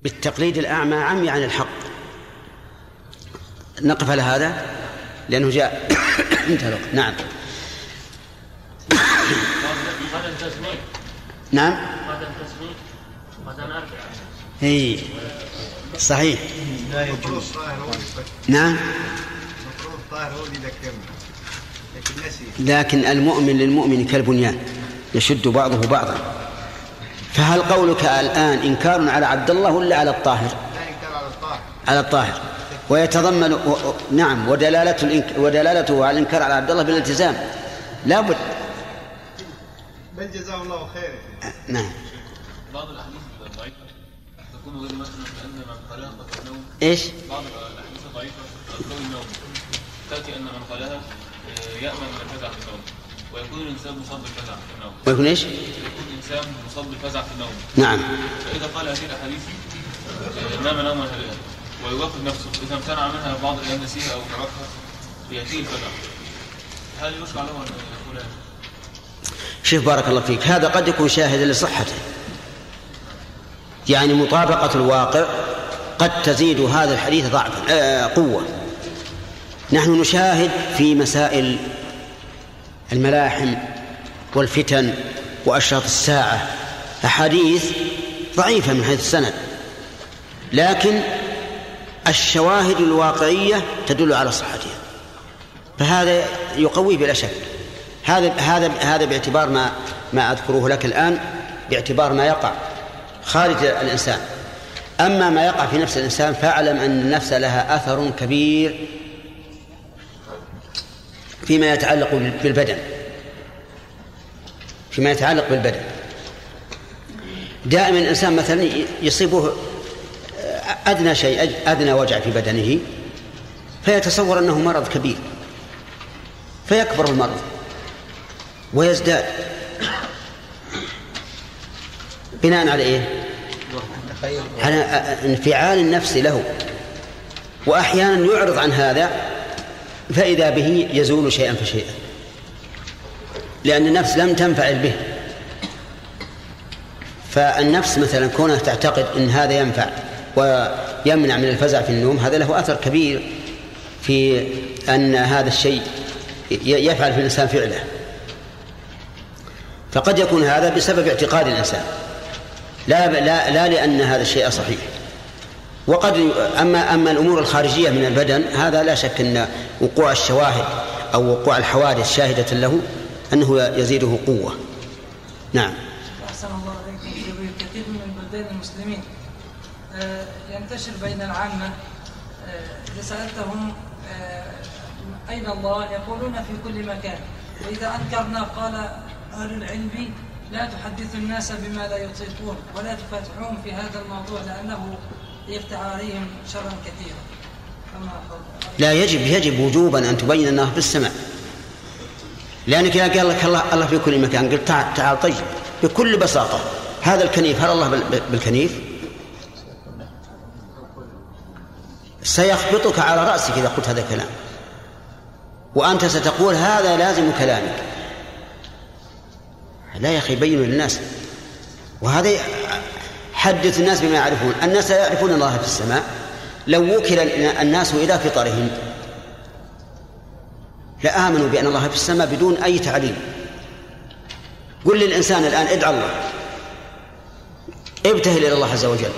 بالتقليد الأعمى عمي عن الحق. نقف على هذا لأنه جاء نعم. نعم اي صحيح. نعم لكن المؤمن للمؤمن كالبنيان يشد بعضه بعضا. فهل قولك الآن إنكار على عبد الله ولا على الطاهر؟ على الطاهر ويتضمن نعم ودلالته على الإنكار على عبد الله بالالتزام لا بد. بل جزاه الله خير. نعم. بعض الأحاديث الضعيفة تكون غير مثلا لأن من قالها قد النوم. إيش؟ بعض الأحاديث الضعيفة تقول النوم تأتي أن من قالها يأمن من الفزع في النوم ويكون الإنسان مصاب بالفزع في النوم. ويكون إيش؟ يكون الإنسان مصاب بالفزع في النوم. نعم. فإذا قال هذه الأحاديث نام نوما هادئا ويوقف نفسه إذا امتنع منها بعض الأيام نسيها أو تركها يأتيه الفزع، هل يشرع له أن يقول هذا؟ شوف بارك الله فيك، هذا قد يكون شاهدا لصحته، يعني مطابقة الواقع قد تزيد هذا الحديث ضعفا قوة. نحن نشاهد في مسائل الملاحم والفتن وأشراط الساعة أحاديث ضعيفة من حيث السند، لكن الشواهد الواقعية تدل على صحتها، فهذا يقوي بلا شك. هذا باعتبار ما أذكره لك الآن، باعتبار ما يقع خارج الإنسان. أما ما يقع في نفس الإنسان فاعلم أن النفس لها أثر كبير فيما يتعلق بالبدن. فيما يتعلق بالبدن دائما الإنسان مثلا يصيبه أدنى شيء، أدنى وجع في بدنه، فيتصور أنه مرض كبير، فيكبر المرض ويزداد بناء على إيه؟ على انفعال النفس له، وأحيانا يعرض عن هذا فإذا به يزول شيئا فشيئا، لأن النفس لم تنفعل به. فالنفس مثلا كونها تعتقد أن هذا ينفع ويمنع من الفزع في النوم، هذا له أثر كبير في أن هذا الشيء يفعل في الإنسان فعله. فقد يكون هذا بسبب اعتقاد الإنسان لا لأن هذا الشيء صحيح. وقد أما الأمور الخارجية من البدن هذا لا شك أن وقوع الشواهد أو وقوع الحوادث شاهدة له أنه يزيده قوة. نعم. أحسن الله عليكم. في كثير من بلدان المسلمين ينتشر بين العامة إذا سألتهم أين الله يقولون في كل مكان، وإذا أنكرنا قال أهل العلم لا تحدثوا الناس بما لا يطيقون ولا تفتحون في هذا الموضوع لأنه يفتح عليهم شرا كثيرا. لا يجب وجوبا أن تبين الله بالسمع، لأنك إذا قال لك الله في كل مكان قلت تعال طيب بكل بساطة هذا الكنيف هل الله بالكنيف؟ سيخبطك على رأسك إذا قلت هذا الكلام، وأنت ستقول هذا لازم كلامك. لا يا أخي بينوا للناس، وهذا حدث الناس بما يعرفون. الناس يعرفون الله في السماء، لو وكل الناس إلى فطرهم لآمنوا بأن الله في السماء بدون أي تعليم. قل للإنسان الآن ادعى الله، ابتهل إلى الله عز وجل،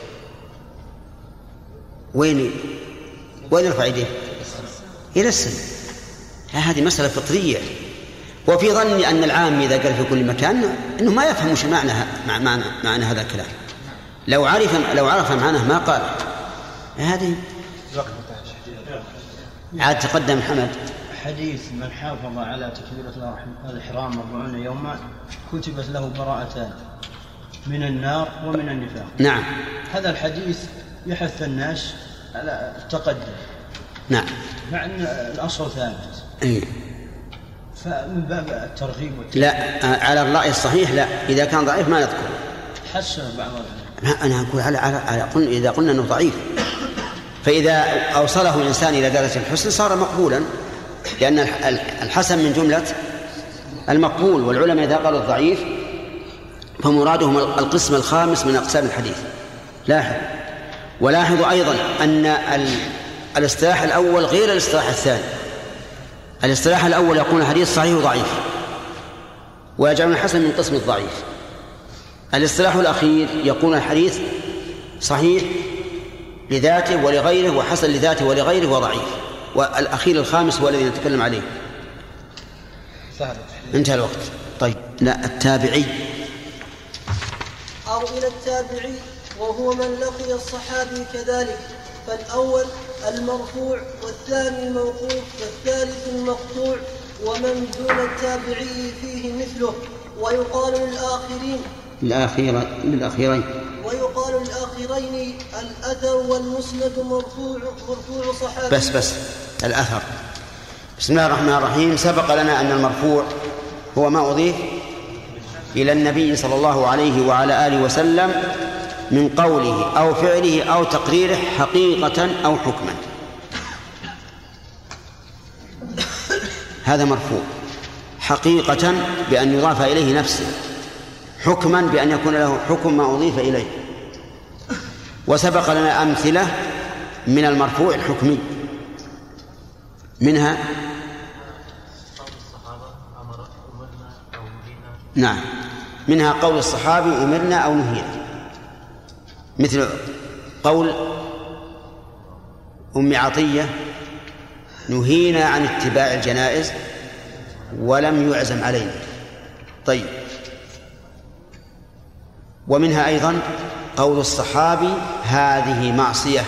وين يرفع يديه؟ إلى السماء. هذه مسألة فطرية. وفي ظني أن العام إذا قال في كل مكان أنه ما يفهم وش معنى هذا الكلام. لو عرف معناه ما قال. هذه عاد تقدم محمد. حديث من حافظ على تكبيرة الإحرام 40 يوما كتبت له براءتان من النار ومن النفاق. نعم. هذا الحديث يحث الناس على التقدم. نعم. مع أن الأصل ثابت. فمن باب الترغيب لا على الرأي الصحيح لا، إذا كان ضعيف ما نذكر. حسن بعض. أنا أقول إذا قلنا أنه ضعيف، فإذا أوصله الإنسان إلى درجة الحسن صار مقبولا، لأن الحسن من جملة المقبول. والعلماء إذا قالوا الضعيف فمرادهم القسم الخامس من أقسام الحديث. لاحظ ولاحظوا أيضا أن الاصطلاح الأول غير الاصطلاح الثاني. الاصطلاح الأول يقول حديث صحيح وضعيف، ويجعلون الحسن من قسم الضعيف. الاصطلاح الأخير يقول الحديث صحيح لذاته ولغيره، وحسن لذاته ولغيره، وضعيف. والأخير الخامس هو الذي نتكلم عليه. انتهى الوقت. طيب، لا، التابعي أو إلى التابعي وهو من لقي الصحابي كذلك، فالأول المرفوع، والثاني الموقوف، والثالث المقطوع، ومن دون التابعي فيه مثله. ويقال للآخرين ويقال للآخرين الأثر والمسند مرفوع صحابي. بس الأثر. بسم الله الرحمن الرحيم. سبق لنا أن المرفوع هو ما أضيف إلى النبي صلى الله عليه وعلى آله وسلم من قوله أو فعله أو تقريره حقيقة أو حكما. هذا مرفوع حقيقة بأن يضاف إليه نفسه، حكما بأن يكون له حكم ما أضيف إليه. وسبق لنا أمثلة من المرفوع الحكمي، منها منها قول الصحابي أمرنا أو نهينا، مثل قول أم عطية نهينا عن اتباع الجنائز ولم يعزم علينا. طيب، ومنها أيضا قول الصحابي هذه معصية،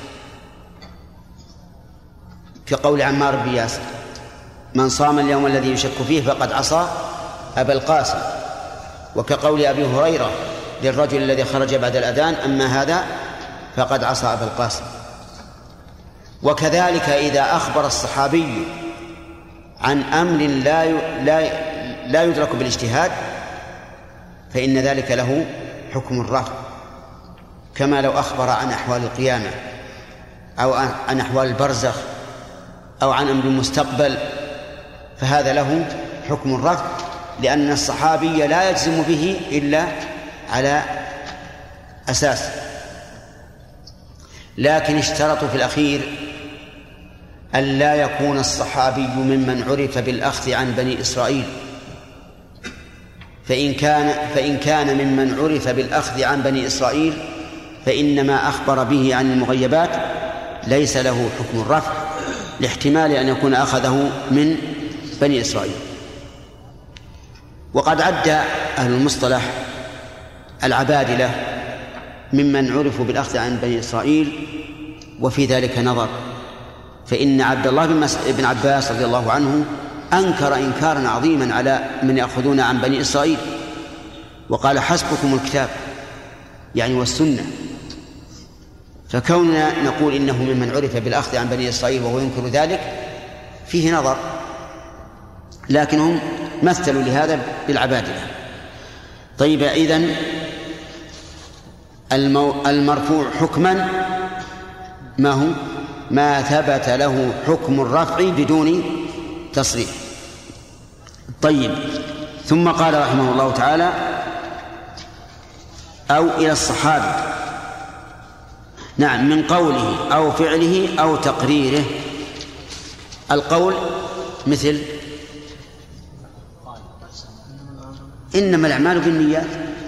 كقول عمار بن ياسر من صام اليوم الذي يشك فيه فقد عصى أبا القاسم، وكقول أبي هريرة للرجل الذي خرج بعد الأذان أما هذا فقد عصى أبا القاسم. وكذلك إذا أخبر الصحابي عن أمر لا يدرك بالاجتهاد فإن ذلك له حكم الرفع، كما لو أخبر عن أحوال القيامة أو عن أحوال البرزخ أو عن أمر المستقبل، فهذا له حكم الرفع، لأن الصحابي لا يجزم به إلا على أساس. لكن اشترطوا في الأخير أن لا يكون الصحابي ممن عرف بالأخذ عن بني إسرائيل، فإن كان ممن عرف بالأخذ عن بني إسرائيل فإنما أخبر به عن المغيبات ليس له حكم الرفع، لاحتمال أن يكون أخذه من بني إسرائيل. وقد عد أهل المصطلح العبادلة ممن عرفوا بالأخذ عن بني إسرائيل، وفي ذلك نظر، فإن عبد الله بن عباس رضي الله عنه أنكر إنكارا عظيما على من يأخذون عن بني إسرائيل، وقال حسبكم الكتاب يعني والسنة. فكوننا نقول إنه ممن عرف بالأخذ عن بني إسرائيل وهو ينكر ذلك فيه نظر، لكنهم مثلوا لهذا بالعبادلة. طيب، إذن المرفوع حكما ما هو؟ ما ثبت له حكم الرفع بدون تصريح. طيب، ثم قال رحمه الله تعالى أو إلى الصحابي، نعم، من قوله أو فعله أو تقريره. القول مثل إنما الأعمال بالنيات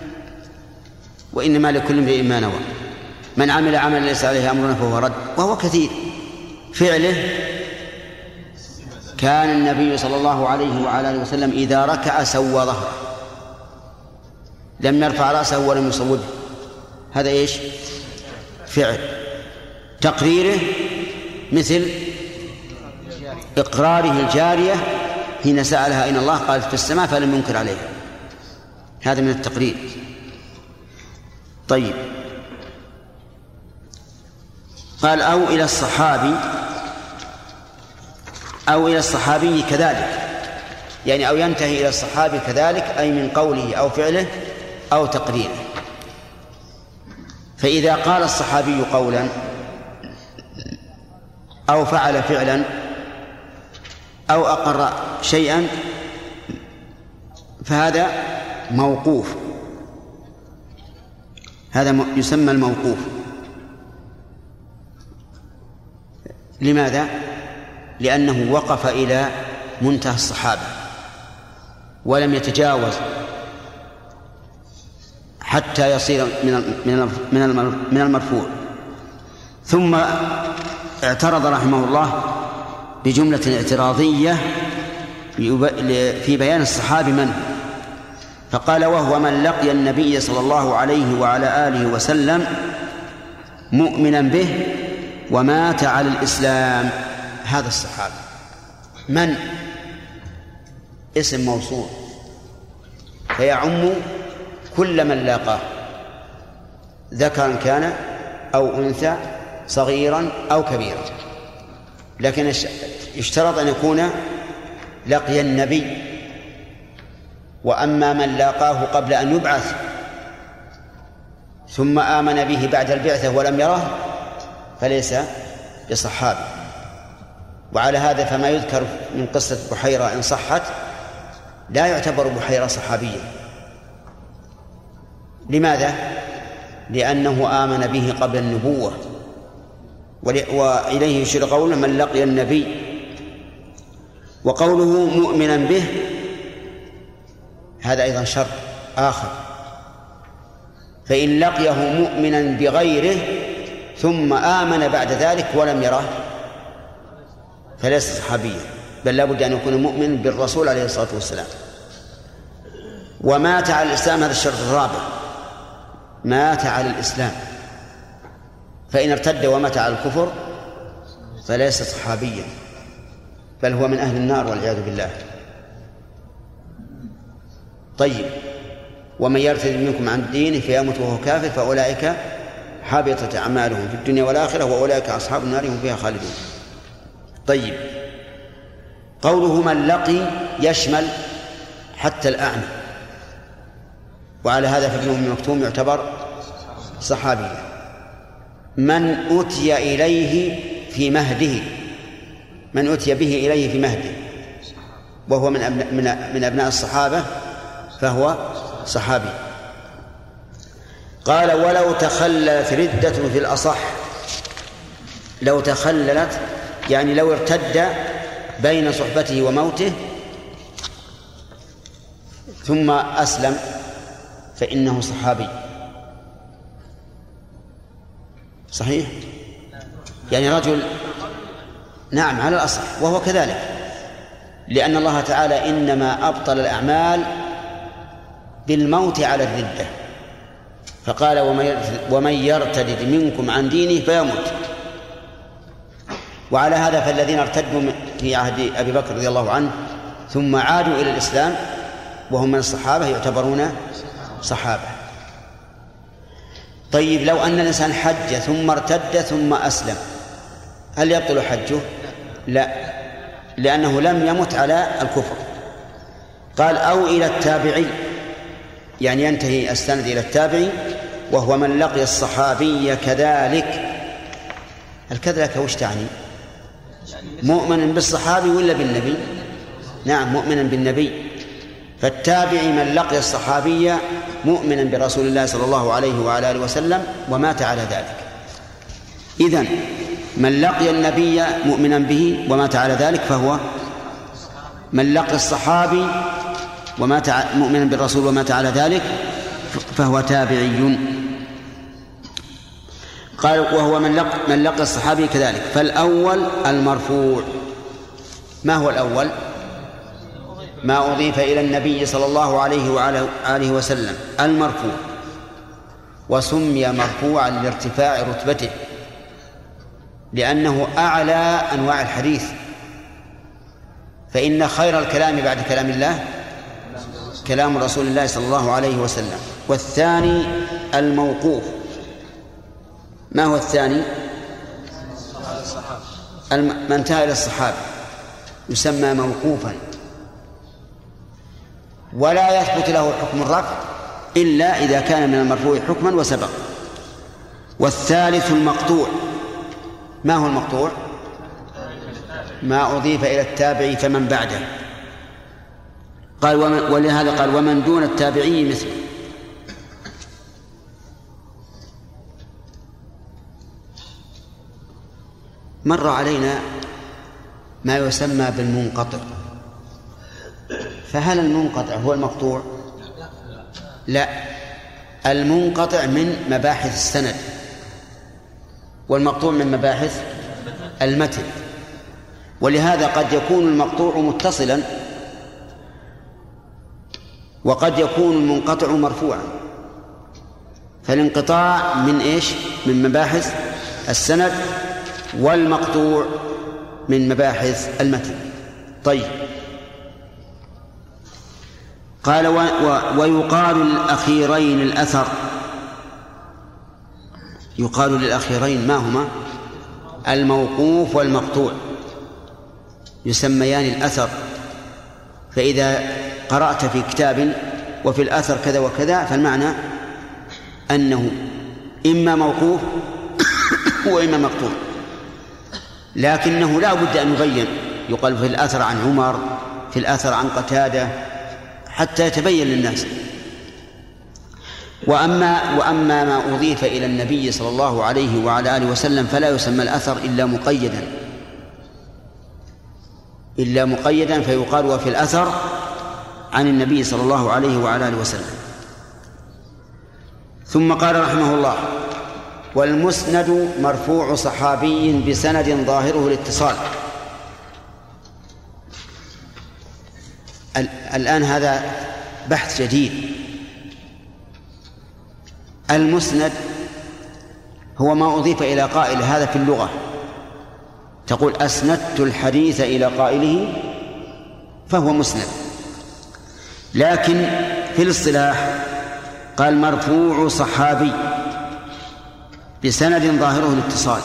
وإنما لكل امرئ ما نوى، من عمل عملا ليس عليه أمرنا فهو رد، وهو كثير. فعله كان النبي صلى الله عليه وعلى آله وسلم إذا ركع سوى ظهره، لم يرفع رأسه ولم يصوبه، هذا إيش؟ فعل. تقريره مثل إقراره الجارية حين سألها أين الله قالت في السماء فلم ينكر عليها، هذا من التقرير. طيب، قال أو إلى الصحابي، أو إلى الصحابي كذلك، يعني أو ينتهي إلى الصحابي كذلك، أي من قوله أو فعله أو تقريره. فإذا قال الصحابي قولا أو فعل فعلا أو أقر شيئا فهذا موقوف، هذا يسمى الموقوف. لماذا؟ لأنه وقف إلى منتهى الصحابة ولم يتجاوز حتى يصير من المرفوع. ثم اعترض رحمه الله بجملة اعتراضية في بيان الصحابي من، فقال: وهو من لقي النبي صلى الله عليه وعلى آله وسلم مؤمنا به ومات على الإسلام. هذا الصحابي من اسم موصول فيعم كل من لاقاه، ذكرا كان أو أنثى، صغيرا أو كبيرا، لكن اشترط أن يكون لقي النبي. وأما من لاقاه قبل أن يبعث ثم آمن به بعد البعثة ولم يره فليس بصحابي. وعلى هذا فما يذكر من قصة بحيرة إن صحت لا يعتبر بحيرة صحابيا. لماذا؟ لأنه آمن به قبل النبوة، وإليه يشير قوله من لقي النبي. وقوله مؤمنا به هذا أيضا شرط آخر، فإن لقيه مؤمنا بغيره ثم آمن بعد ذلك ولم يره فليس صحابيا، بل لا بد أن يكون مؤمن بالرسول عليه الصلاة والسلام. ومات على الإسلام، هذا الشرط الرابع، مات على الإسلام، فإن ارتد ومات على الكفر فليس صحابيا، بل هو من أهل النار والعياذ بالله. طيب، ومن يرتد منكم عن دينه فيمت وهو كافر فأولئك حبطت أعمالهم في الدنيا والآخرة وأولئك أصحاب النار هم فيها خالدون. طيب، قوله من لقي يشمل حتى الأعمى، وعلى هذا فابن أم مكتوم يعتبر صحابيا. من أتي إليه في مهده، من أتي به إليه في مهده وهو من أبناء الصحابة فهو صحابي. قال: ولو تخللت ردة في الأصح. لو تخللت يعني لو ارتد بين صحبته وموته ثم أسلم فإنه صحابي. صحيح؟ يعني رجل، نعم على الأصح، وهو كذلك، لأن الله تعالى إنما أبطل الأعمال بالموت على الردة، فقال: ومن يرتد منكم عن دينه فيموت. وعلى هذا فالذين ارتدوا في عهد أبي بكر رضي الله عنه ثم عادوا إلى الإسلام وهم من الصحابة يعتبرون صحابة. طيب، لو أن الإنسان حج ثم ارتد ثم أسلم هل يبطل حجه؟ لا، لأنه لم يمت على الكفر. قال: أو إلى التابعي، يعني ينتهي السند إلى التابعي، وهو من لقي الصحابي كذلك. الكذلك وش تعني؟ مؤمن بالصحابي ولا بالنبي؟ نعم، مؤمنا بالنبي. فالتابعي من لقي الصحابي مؤمنا برسول الله صلى الله عليه وعلى آله وسلم ومات على ذلك. إذن من لقي النبي مؤمنا به ومات على ذلك فهو من لقي الصحابي ومات مؤمنا بالرسول ومات على ذلك فهو تابعي. قال: وهو من لقي الصحابي كذلك. فالأول المرفوع. ما هو الأول؟ ما أضيف إلى النبي صلى الله عليه وعلى آله وسلم، المرفوع. وسمي مرفوعا لارتفاع رتبته لأنه أعلى أنواع الحديث، فإن خير الكلام بعد كلام الله كلام رسول الله صلى الله عليه وسلم. والثاني الموقوف. ما هو الثاني؟ من انتهى إلى الصحابة يسمى موقوفا، ولا يثبت له حكم الرفع إلا إذا كان من المرفوع حكما وسبق. والثالث المقطوع. ما هو المقطوع؟ ما أضيف إلى التابع فمن بعده. قال ولهذا قال: ومن دون التابعي مثله. مر علينا ما يسمى بالمنقطع، فهل المنقطع هو المقطوع؟ لا، المنقطع من مباحث السند، والمقطوع من مباحث المتن. ولهذا قد يكون المقطوع متصلا، وقد يكون المنقطع مرفوعا. فالانقطاع من ايش؟ من مباحث السند، والمقطوع من مباحث المتن. طيب، قال ويقال للأخيرين الأثر. يقال للأخيرين ما هما؟ الموقوف والمقطوع، يسميان الأثر. فإذا قرأت في كتاب وفي الأثر كذا وكذا، فالمعنى أنه إما موقوف وإما مقطوع، لكنه لا بد أن يبين. يقال في الأثر عن عمر، في الأثر عن قتادة، حتى يتبين للناس. وأما ما أضيف إلى النبي صلى الله عليه وعلى آله وسلم فلا يسمى الأثر إلا مقيدا، فيقال وفي الأثر عن النبي صلى الله عليه وعلى آله وسلم. ثم قال رحمه الله: والمسند مرفوع صحابي بسند ظاهره الاتصال. الآن هذا بحث جديد. المسند هو ما أضيف إلى قائل، هذا في اللغة تقول أسندت الحديث إلى قائله فهو مسند. لكن في الاصطلاح قال مرفوع صحابي بسند ظاهره الاتصال،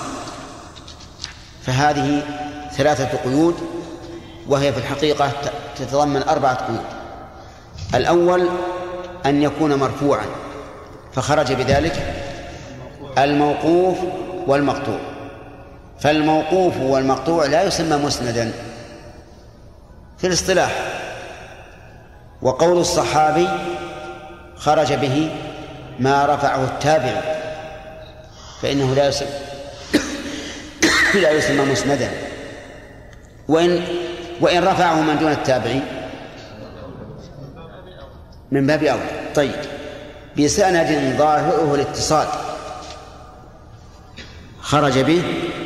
فهذه 3 قيود، وهي في الحقيقة تتضمن 4 قيود. الأول أن يكون مرفوعا، فخرج بذلك الموقوف والمقطوع، فالموقوف والمقطوع لا يسمى مسندا في الاصطلاح. وقول الصحابي خرج به ما رفعه التابع، فإنه لا يسمى مسندا، وإن رفعه من دون التابعي من باب أولى. طيب، بسند ظاهره الاتصال خرج به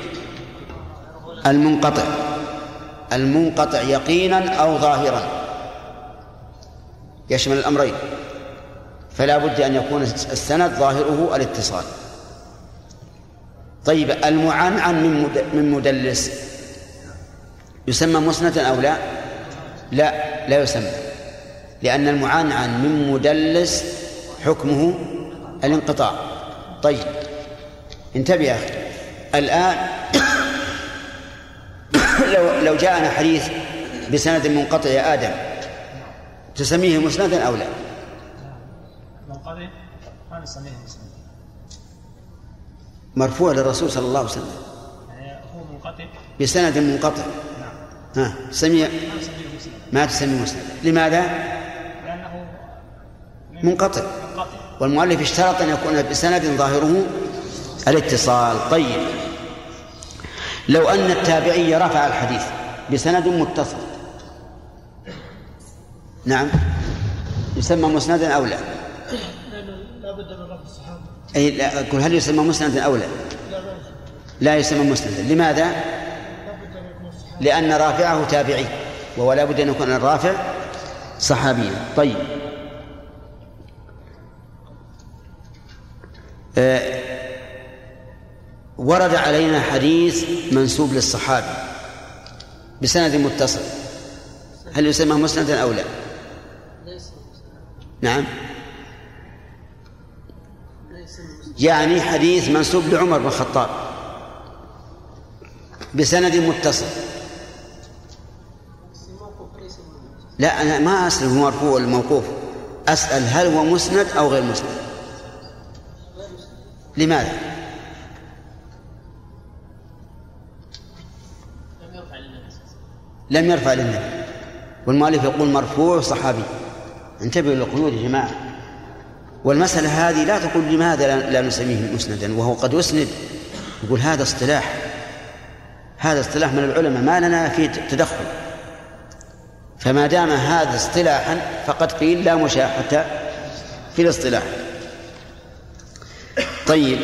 المنقطع يقينا أو ظاهرا، يشمل الأمرين، فلا بد أن يكون السند ظاهره الاتصال. طيب، المعنعن من مدلس يسمى مسندا أو لا؟ لا يسمى، لأن المعنعن من مدلس حكمه الانقطاع. طيب، انتبه يا أخي. الآن لو جاءنا حديث بسند منقطع يا آدم، تسميه مسندا أو لا؟ منقطع ما نسميه مسندا، مرفوع للرسول صلى الله عليه وسلم، يعني هو منقطع بسند منقطع. نعم. ما تسميه مسندا. لماذا؟ لأنه منقطع، والمؤلف اشترط أن يكون بسند ظاهره الاتصال. طيب، لو أن التابعي رفع الحديث بسند متصل، نعم، يسمى مسندا أو لا؟ لا بد من رفع الصحابة. أي لا أقول هل يسمى مسندا أو لا؟ لا يسمى مسندا. لماذا؟ لأن رافعه تابعي، ولا بد أن يكون الرافع صحابيا. طيب، ورد علينا حديث منسوب للصحابي بسند متصل، هل يسمى مسندا أو لا؟ نعم، يعني حديث منسوب لعمر بن الخطاب بسند متصل. لا، أنا ما أسأل هو مرفوع ولا موقوف، أسأل هل هو مسند أو غير مسند. لماذا؟ لم يرفع للنبي، والمؤلف يقول مرفوع صحابي. انتبهوا للقيود يا جماعة. والمسألة هذه لا تقول لماذا لا نسميه مسندا، وهو قد يسند، يقول هذا اصطلاح. هذا اصطلاح من العلماء ما لنا فيه تدخل، فما دام هذا اصطلاحا فقد قيل لا مشاحة في الاصطلاح. طيب،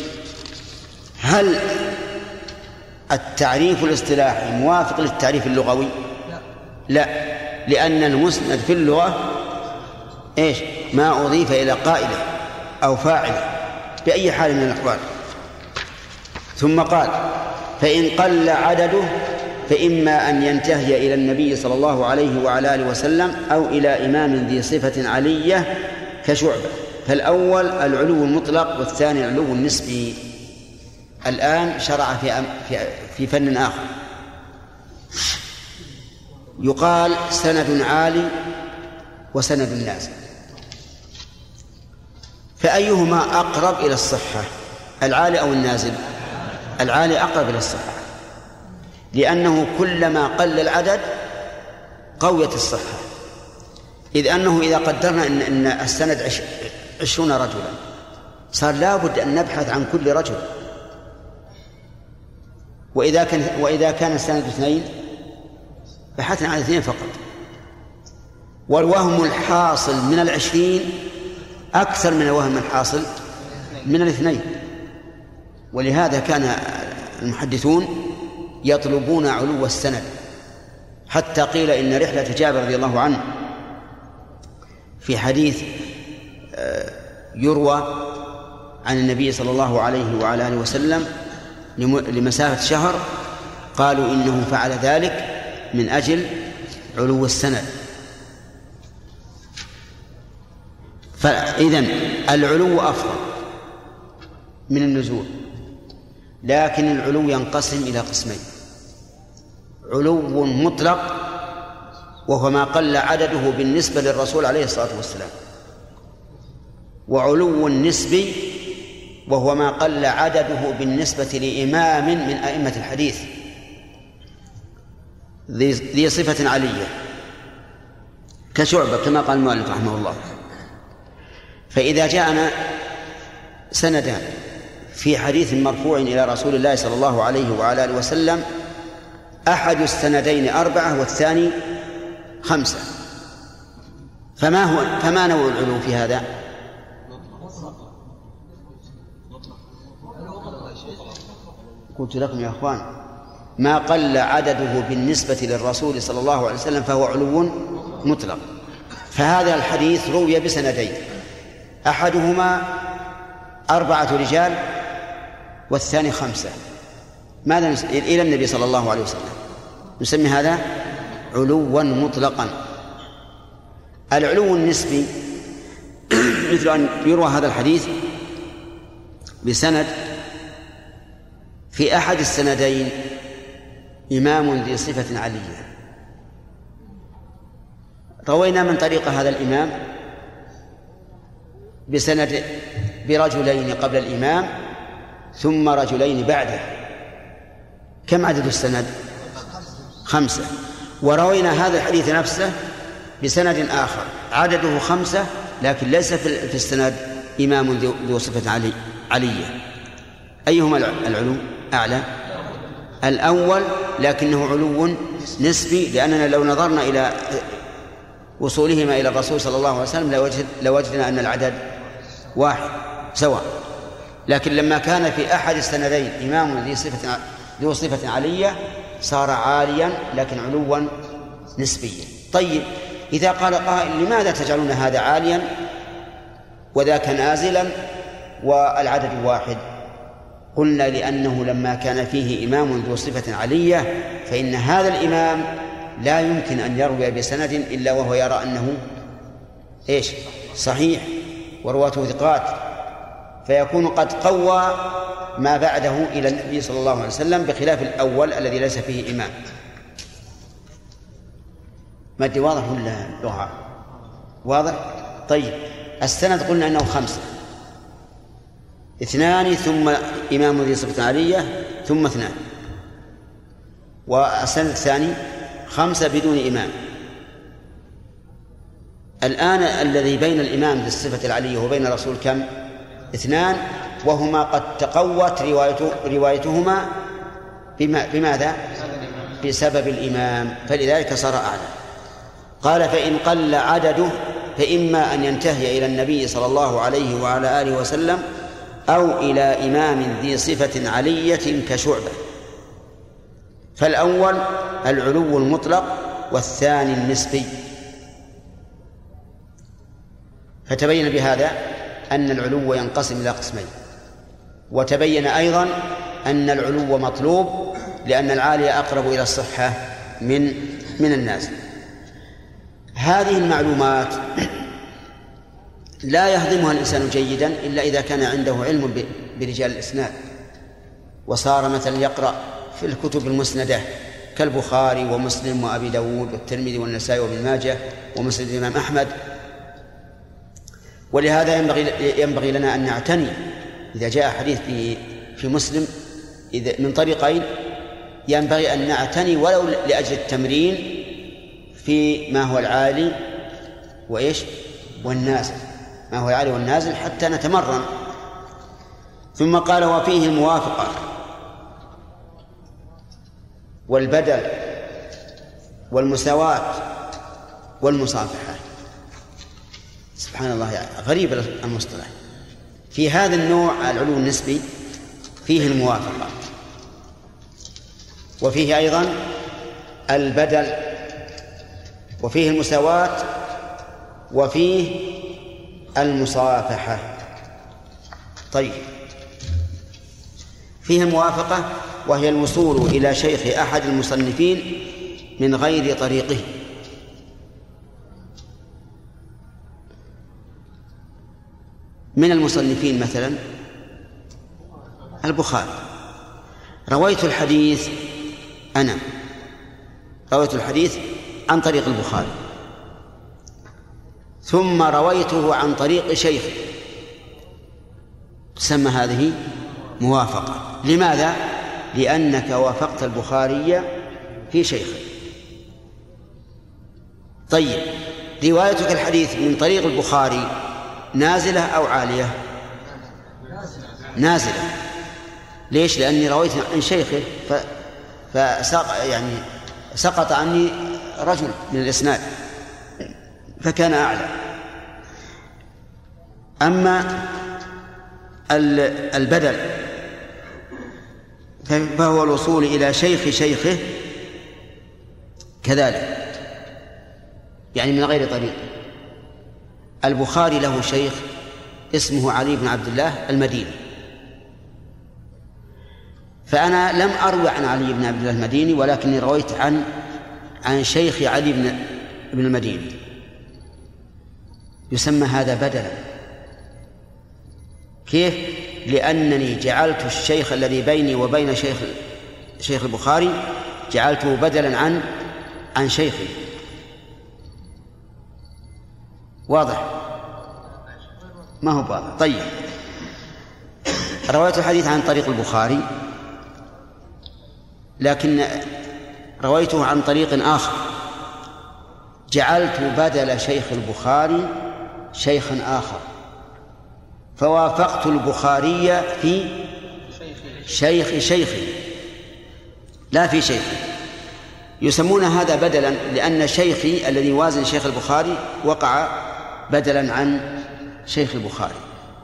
هل التعريف الاصطلاحي موافق للتعريف اللغوي؟ لا، لأن المسند في اللغة إيش؟ ما أضيف إلى قائله أو فاعله بأي حال من الأحوال. ثم قال: فإن قل عدده فإما أن ينتهي إلى النبي صلى الله عليه وعلى آله وسلم أو إلى إمام ذي صفة علية كشعبة، فالأول العلو المطلق والثاني العلو النسبي. الآن شرع في فن آخر، يقال سند عالي وسند نازل، فأيهما أقرب إلى الصحة، العالي أو النازل؟ العالي أقرب إلى الصحة، لأنه كلما قل العدد قويت الصحة، إذ أنه إذا قدرنا أن السند 20 رجلا صار لابد أن نبحث عن كل رجل، وإذا كان السند 2 بحثنا عن 2 فقط، والوهم الحاصل من 20 أكثر من الوهم الحاصل من 2. ولهذا كان المحدثون يطلبون علو السند، حتى قيل إن رحلة جابر رضي الله عنه في حديث يروى عن النبي صلى الله عليه وعلى آله وسلم لمسافة شهر، قالوا إنه فعل ذلك من أجل علو السند. فإذن العلو أفضل من النزول، لكن العلو ينقسم إلى قسمين: علو مطلق وهو ما قل عدده بالنسبة للرسول عليه الصلاة والسلام، وعلو نسبي وهو ما قل عدده بالنسبة لإمام من أئمة الحديث ذي صفة علية كشعبة كما قال المؤلف رحمه الله. فإذا جاءنا سندان في حديث مرفوع إلى رسول الله صلى الله عليه وعلى آله وسلم، أحد السندين 4 والثاني 5، فما نوع العلو في هذا؟ قلت لكم يا أخوان ما قل عدده بالنسبة للرسول صلى الله عليه وسلم فهو علو مطلق. فهذا الحديث روي بسندين، أحدهما 4 رجال والثاني 5، ماذا إلى النبي صلى الله عليه وسلم، نسمي هذا علوا مطلقا. العلو النسبي مثل أن يروى هذا الحديث بسند في أحد السندين إمام ذي صفة علية، روينا من طريق هذا الإمام بسند برجلين قبل الإمام ثم رجلين بعده، كم عدد السند؟ 5. وروينا هذا الحديث نفسه بسند آخر عدده 5 لكن ليس في السند إمام ذو صفة علية. أيهما العلو أعلى؟ الأول، لكنه علو نسبي، لأننا لو نظرنا إلى وصولهما إلى الرسول صلى الله عليه وسلم لوجدنا أن العدد 1 سواء، لكن لما كان في أحد السندين إمام ذو صفة علية صار عاليا لكن علوا نسبيا. طيب، إذا قال قائل لماذا تجعلون هذا عاليا وذاك نازلا والعدد 1؟ قلنا لأنه لما كان فيه إمام ذو صفة علية فإن هذا الإمام لا يمكن أن يروي بسند إلا وهو يرى أنه صحيح ورواته ثقات، فيكون قد قوى ما بعده إلى النبي صلى الله عليه وسلم، بخلاف الأول الذي ليس فيه إمام. مادي واضح ولا لغة؟ واضح؟ طيب، السند قلنا أنه 5، 2 ثم إمام ذي صفة علية ثم 2، والسند الثاني 5 بدون إمام. الآن الذي بين الإمام ذي الصفة العلية وبين الرسول كم؟ 2، وهما قد تقوت روايتهما بماذا؟ بسبب الإمام، فلذلك صار أعلى. قال فإن قل عدده فإما أن ينتهي إلى النبي صلى الله عليه وعلى آله وسلم أو إلى إمام ذي صفة علية كشعبة. فالأول العلو المطلق والثاني النسبي. فتبين بهذا أن العلو ينقسم إلى قسمين، وتبين أيضا أن العلو مطلوب لأن العالي أقرب إلى الصحة من النازل. هذه المعلومات لا يهضمها الإنسان جيدا إلا إذا كان عنده علم برجال الإسناد، وصار مثلا يقرأ في الكتب المسندة كالبخاري ومسلم وأبي داود والترمذي والنسائي وابن ماجه ومسند الإمام أحمد. ولهذا ينبغي لنا أن نعتني إذا جاء حديث في مسلم من طريقين، ينبغي أن نعتني ولو لأجل التمرين في ما هو العالي والنازل، ما هو العالي والنازل حتى نتمرن. ثم قال وفيه الموافقة والبدل والمساواة والمصافحة. سبحان الله، يعني غريب المصطلح. في هذا النوع العلو النسبي فيه الموافقة، وفيه أيضا البدل، وفيه المساواة، وفيه المصافحة. طيب، فيه الموافقة وهي الوصول إلى شيخ أحد المصنفين من غير طريقه. من المصنفين مثلا البخاري، رويت الحديث عن طريق البخاري، ثم رويته عن طريق شيخ، تسمى هذه موافقة. لماذا؟ لأنك وافقت البخاري في شيخه. طيب، روايتك الحديث من طريق البخاري نازلة أو عالية؟ نازلة. ليش؟ لأني رويت عن شيخه سقط عني رجل من الإسناد فكان أعلى. أما البدل فهو الوصول إلى شيخ شيخه كذلك، يعني من غير طريق. البخاري له شيخ اسمه علي بن عبد الله المديني، فأنا لم أروي عن علي بن عبد الله المديني، ولكني رويت عن شيخ علي بن المديني، يسمى هذا بدلا. كيف؟ لأنني جعلت الشيخ الذي بيني وبين شيخ البخاري جعلته بدلا عن شيخي. واضح؟ ما هو واضح؟ طيب، رويت الحديث عن طريق البخاري، لكن رويته عن طريق آخر، جعلت بدل شيخ البخاري شيخا آخر، فوافقت البخاري في شيخي لا في شيخي. يسمون هذا بدلا لأن شيخي الذي يوازن شيخ البخاري وقع بدلا عن شيخ البخاري.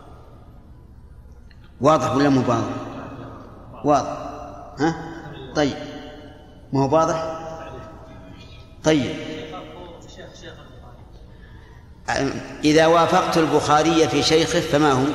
واضح ولا مو واضح؟ واضح. ها؟ طيب، ما هو واضح؟ طيب، إذا وافقت البخاري في شيخه فما هو؟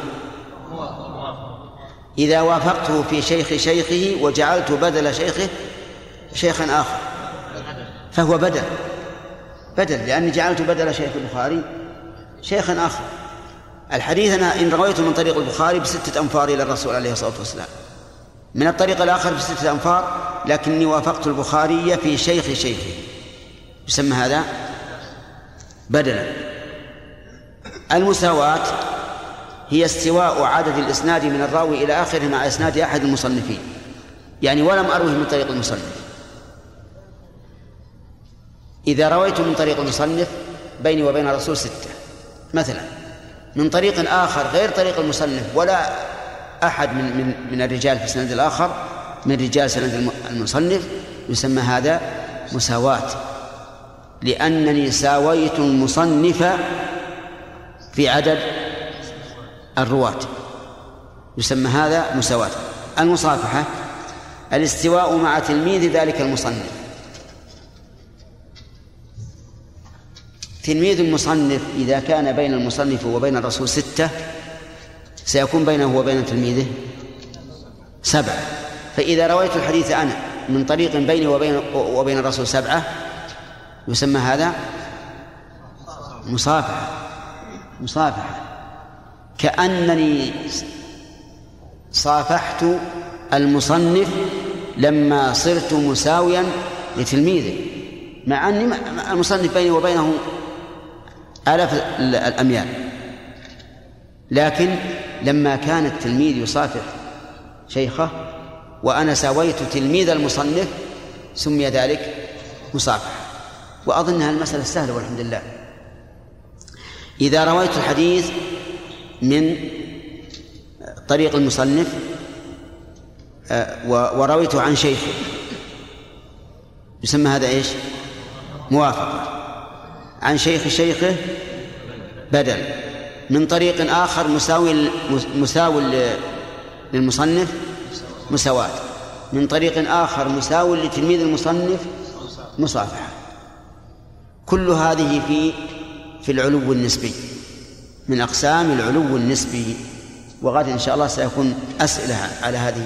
إذا وافقته في شيخه وجعلت بدل شيخه شيخا آخر فهو بدل، لأني جعلت بدل شيخ البخاري شيخا آخر. الحديث أنا إن رويته من طريق البخاري ب6 أنفار إلى الرسول عليه الصلاة والسلام، من الطريق الآخر ب6 أنفار، لكني وافقت البخاري في شيخه، يسمى هذا بدلا. المساواة هي استواء عدد الإسناد من الراوي إلى آخره مع إسناد أحد المصنفين، يعني ولم أروه من طريق المصنف. إذا رويت من طريق المصنف بيني وبين الرسول 6 مثلا، من طريق آخر غير طريق المصنف ولا أحد من الرجال في السند الآخر من رجال سند المصنف يسمى هذا مساواة، لأنني ساويت المصنف في عدد الرواة، يسمى هذا مساواة. المصافحة الاستواء مع تلميذ ذلك المصنف. تلميذ المصنف إذا كان بين المصنف وبين الرسول 6 سيكون بينه وبين تلميذه 7. فإذا رويت الحديث أنا من طريق بيني وبين الرسول 7 يسمى هذا مصافحة، كأنني صافحت المصنف لما صرت مساويا لتلميذه، مع أن المصنف بيني وبينه آلاف الأميال، لكن لما كان التلميذ يصافح شيخه وأنا ساويت تلميذ المصنف سمي ذلك مصافحة. وأظنها المسألة سهلة والحمد لله. إذا رويت الحديث من طريق المصنف ورويته عن شيخه يسمى هذا إيش؟ موافقة. عن شيخه بدل، من طريق آخر مساوي للمصنف مساواة، من طريق آخر مساوي لتلميذ المصنف مصافحة. كل هذه في العلو النسبي، من أقسام العلو النسبي. وغدا إن شاء الله سيكون أسئلة على هذه.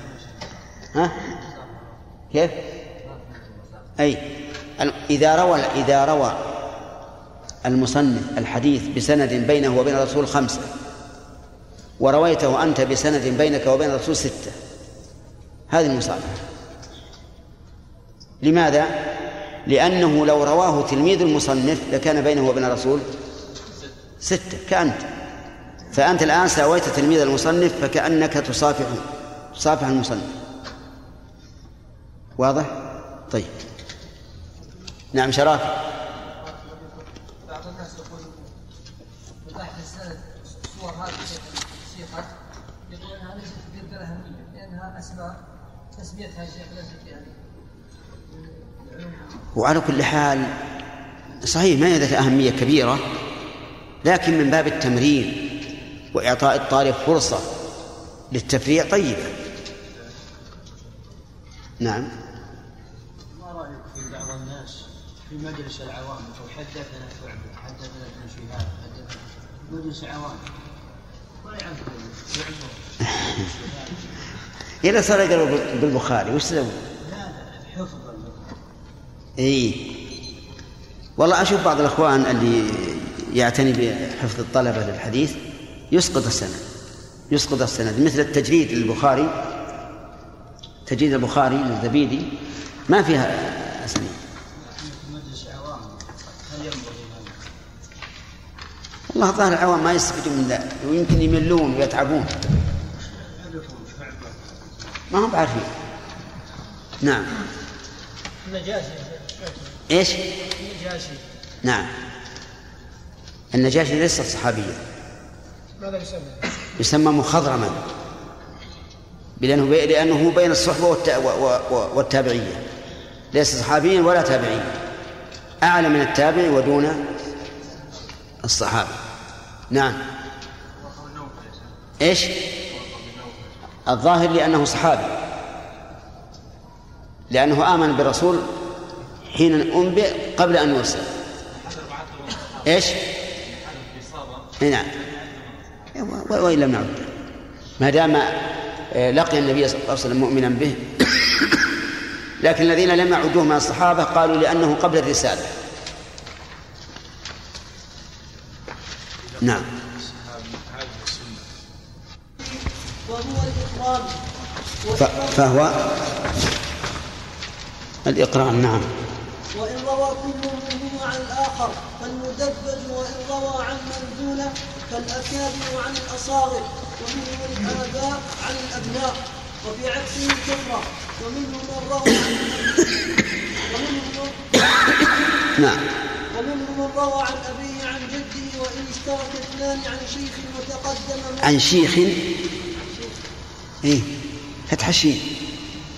كيف؟ أي إذا روى المصنف الحديث بسند بينه وبين الرسول 5 ورويته أنت بسند بينك وبين الرسول 6، هذه المصافحة. لماذا؟ لأنه لو رواه تلميذ المصنف لكان بينه وبين الرسول 6 كأنت، فأنت الآن ساويت تلميذ المصنف فكأنك تصافح المصنف. واضح؟ طيب. نعم شرافي. بعض الناس يقول من بحث السند صور هذه الشيخة يقول أنها ليست تلك الأهمية لأنها أسماء تسميتها الشيخ ليست يعني. وعلى كل حال صحيح ما ذات أهمية كبيرة، لكن من باب التمرين وإعطاء الطالب فرصة للتفريع طيبة. نعم. ما رأيك في بعض الناس في مجلس العوام حدثنا شعبة حدثنا ابن شهاب حدثنا مجلس عوام ما يعرف إذا صار يقرأ بالبخاري وش سووا؟ لا حفظ. والله أشوف بعض الأخوان اللي يعتني بحفظ الطلبة للحديث يسقط السند مثل التجريد للبخاري، تجريد البخاري للزبيدي ما فيها أسانيد. مجلس عوام هل ينبغي والله ظاهر العوام ما يستفيدون من ذلك ويمكن يملون ويتعبون ما هم عارفين. نعم. النجاشي. إيش؟ النجاشي. نعم. النجاشي ليست صحابية. ماذا يسمى؟ يسمى مخضرما لأنه بين الصحبة والتابعية، ليس صحابيا ولا تابعيا، أعلى من التابع ودون الصحابة. نعم. إيش؟ الظاهر لأنه صحابي، لأنه آمن بالرسول حين أنبئ قبل أن يرسل. إيش؟ نعم. وإن لم نعد ما دام لقي النبي صلى الله عليه وسلم مؤمنا به. لكن الذين لم يعدوه من الصحابة قالوا لأنه قبل الرسالة. نعم. فهو الإقران. نعم. وإن روى كل منهما عن الآخر فالمدبج، وإن روى عن من دونه فالأكابر عن الأصاغر، ومنهم الآباء عن الأبناء، وفي عكسه الكثرة، ومنهم من روى ومنهم من روى عن أبيه عن جده، وإن اشترك اثنان عن شيخ وتقدم عن شيخ فتح الشين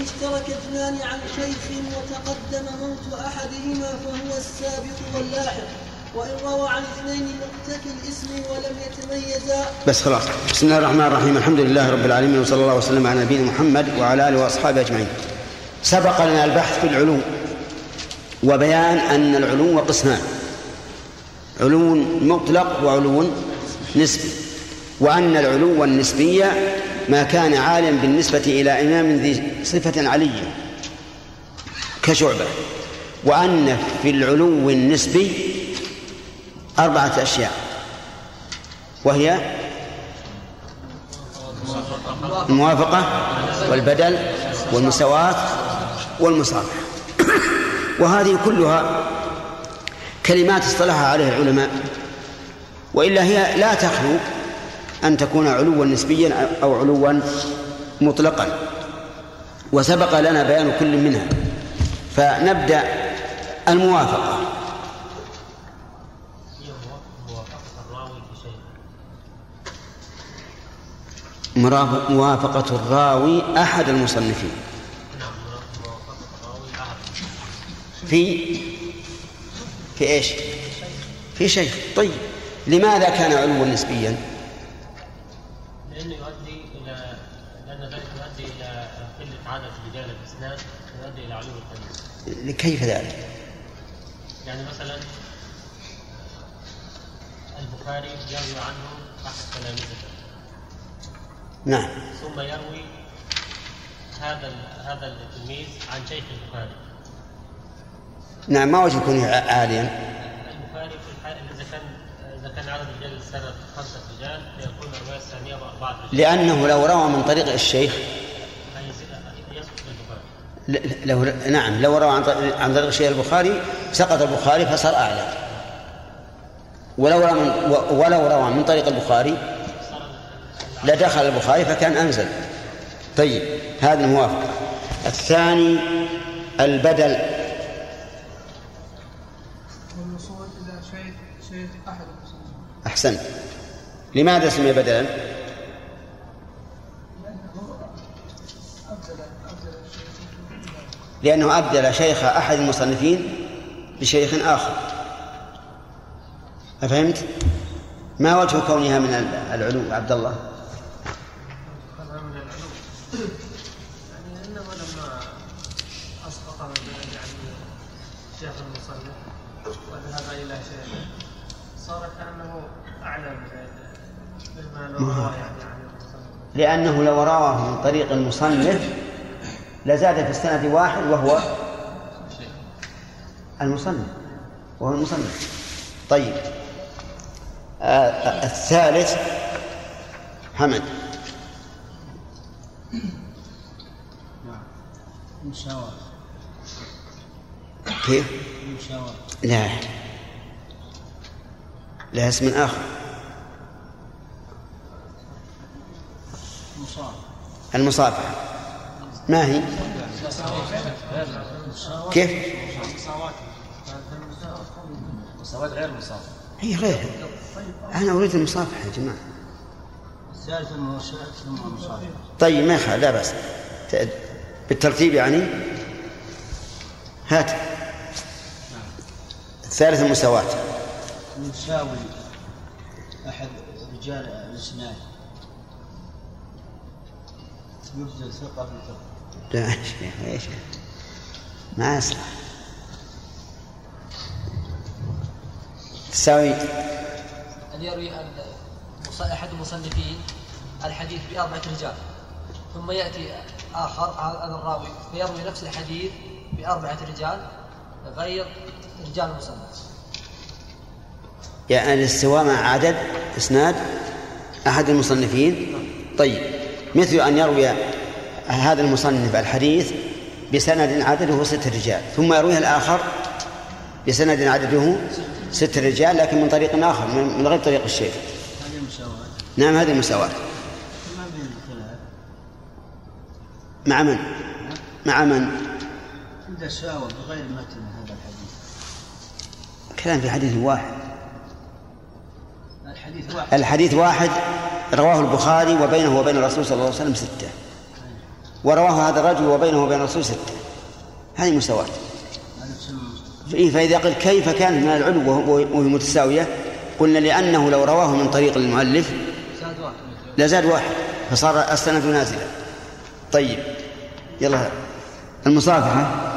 اشترك اثنان عن شيخ وتقدم موت أحدهما فهو السابق واللاحق، وإن روى عن اثنين مقتفي الاسم ولم يتميزا. بس خلاص. بسم الله الرحمن الرحيم، الحمد لله رب العالمين، وصلى الله وسلم على نبينا محمد وعلى آله وأصحابه أجمعين. سبق لنا البحث في العلو وبيان أن العلو قسمان: علو مطلق وعلو نسبي، وأن العلو النسبي ما كان عاليا بالنسبة إلى إمام ذي صفة علية كشعبة، وأن في العلو النسبي 4 أشياء، وهي الموافقة والبدل والمساواة والمصافحة. وهذه كلها كلمات اصطلح عليها العلماء، وإلا هي لا تخلو أن تكون علوا نسبيا أو علوا مطلقا، وسبق لنا بيان كل منها. فنبدأ الموافقة. موافقة الراوي أحد المصنفين في إيش؟ في شيء. طيب لماذا كان علوا نسبيا؟ لأن ذلك يؤدي إلى قلة عدد رجال الإسناد ويؤدي إلى علو الحديث. كيف ذلك؟ يعني مثلا البخاري يروي عنه أحد تلاميذه، نعم، ثم يروي هذا التلميذ عن شيخ البخاري. نعم، ما وجه يكون عاليا؟ البخاري في الحال إذا كان عدد رجال السند 5 رجال فيكون الرواية الثانية 4 رجال، لأنه لو روى من طريق الشيخ يسقط البخاري. نعم، لو روى عن طريق الشيخ البخاري سقط البخاري فصار أعلى، ولو روى من طريق البخاري لدخل البخاري فكان أنزل. طيب هذا الموافقة. الثاني البدل، والوصول إلى شيء أحد المصنفين. أحسنت. لماذا سمي بدلا؟ لأنه أبدل شيخ أحد المصنفين بشيخ آخر. أفهمت؟ ما وجه كونها من العلو عبد الله؟ يعني إنما لما أسقط يعني شيخ المصنف وذهب إلى شيخ صار كأنه أعلى مما لو رواه يعني لأنه لو رواه من طريق المصنف لزاد في السند واحد وهو المصنف. طيب الثالث حمد. مساواة. كيف؟ مساواة. لا اسم آخر. المصافحة. ما هي؟ كيف؟ مساواة غير مصافحة. هي غير. أنا أريد المصافحة يا جماعة. الثالث المصافحة ثم المصافحة. طيب ما يخالف، لا بأس بالترتيب يعني. هات الثالث المساواة. يساوي أحد رجال الإسناد يبذل ثقة بثقة. لا إيش ما يصلح. تساوي أن يروي أحد المصنفين الحديث ب4 رجال، ثم يأتي آخر هذا الراوي فيروي نفس الحديث ب4 رجال غير رجال المصنف. يعني الاستواء مع عدد إسناد أحد المصنفين. طيب مثل أن يروي هذا المصنف الحديث بسند عدده 6 رجال ثم يرويه الآخر بسند عدده 6 رجال لكن من طريق آخر من غير طريق الشيخ. هذه المساواة. نعم هذه المساواة. ما بين الخلاف. مع من؟ مع من؟ إذا ساوى بغير متن هذا الحديث. كلام في حديث واحد. الحديث واحد رواه البخاري وبينه وبين الرسول صلى الله عليه وسلم 6. ورواه هذا الرجل وبينه وبين الرسول 6، هذه مساواة. فإذا قل كيف كان من العلو وهي متساوية، قلنا لأنه لو رواه من طريق المؤلف لزاد واحد فصار السند نازلا. طيب يلا المصافحة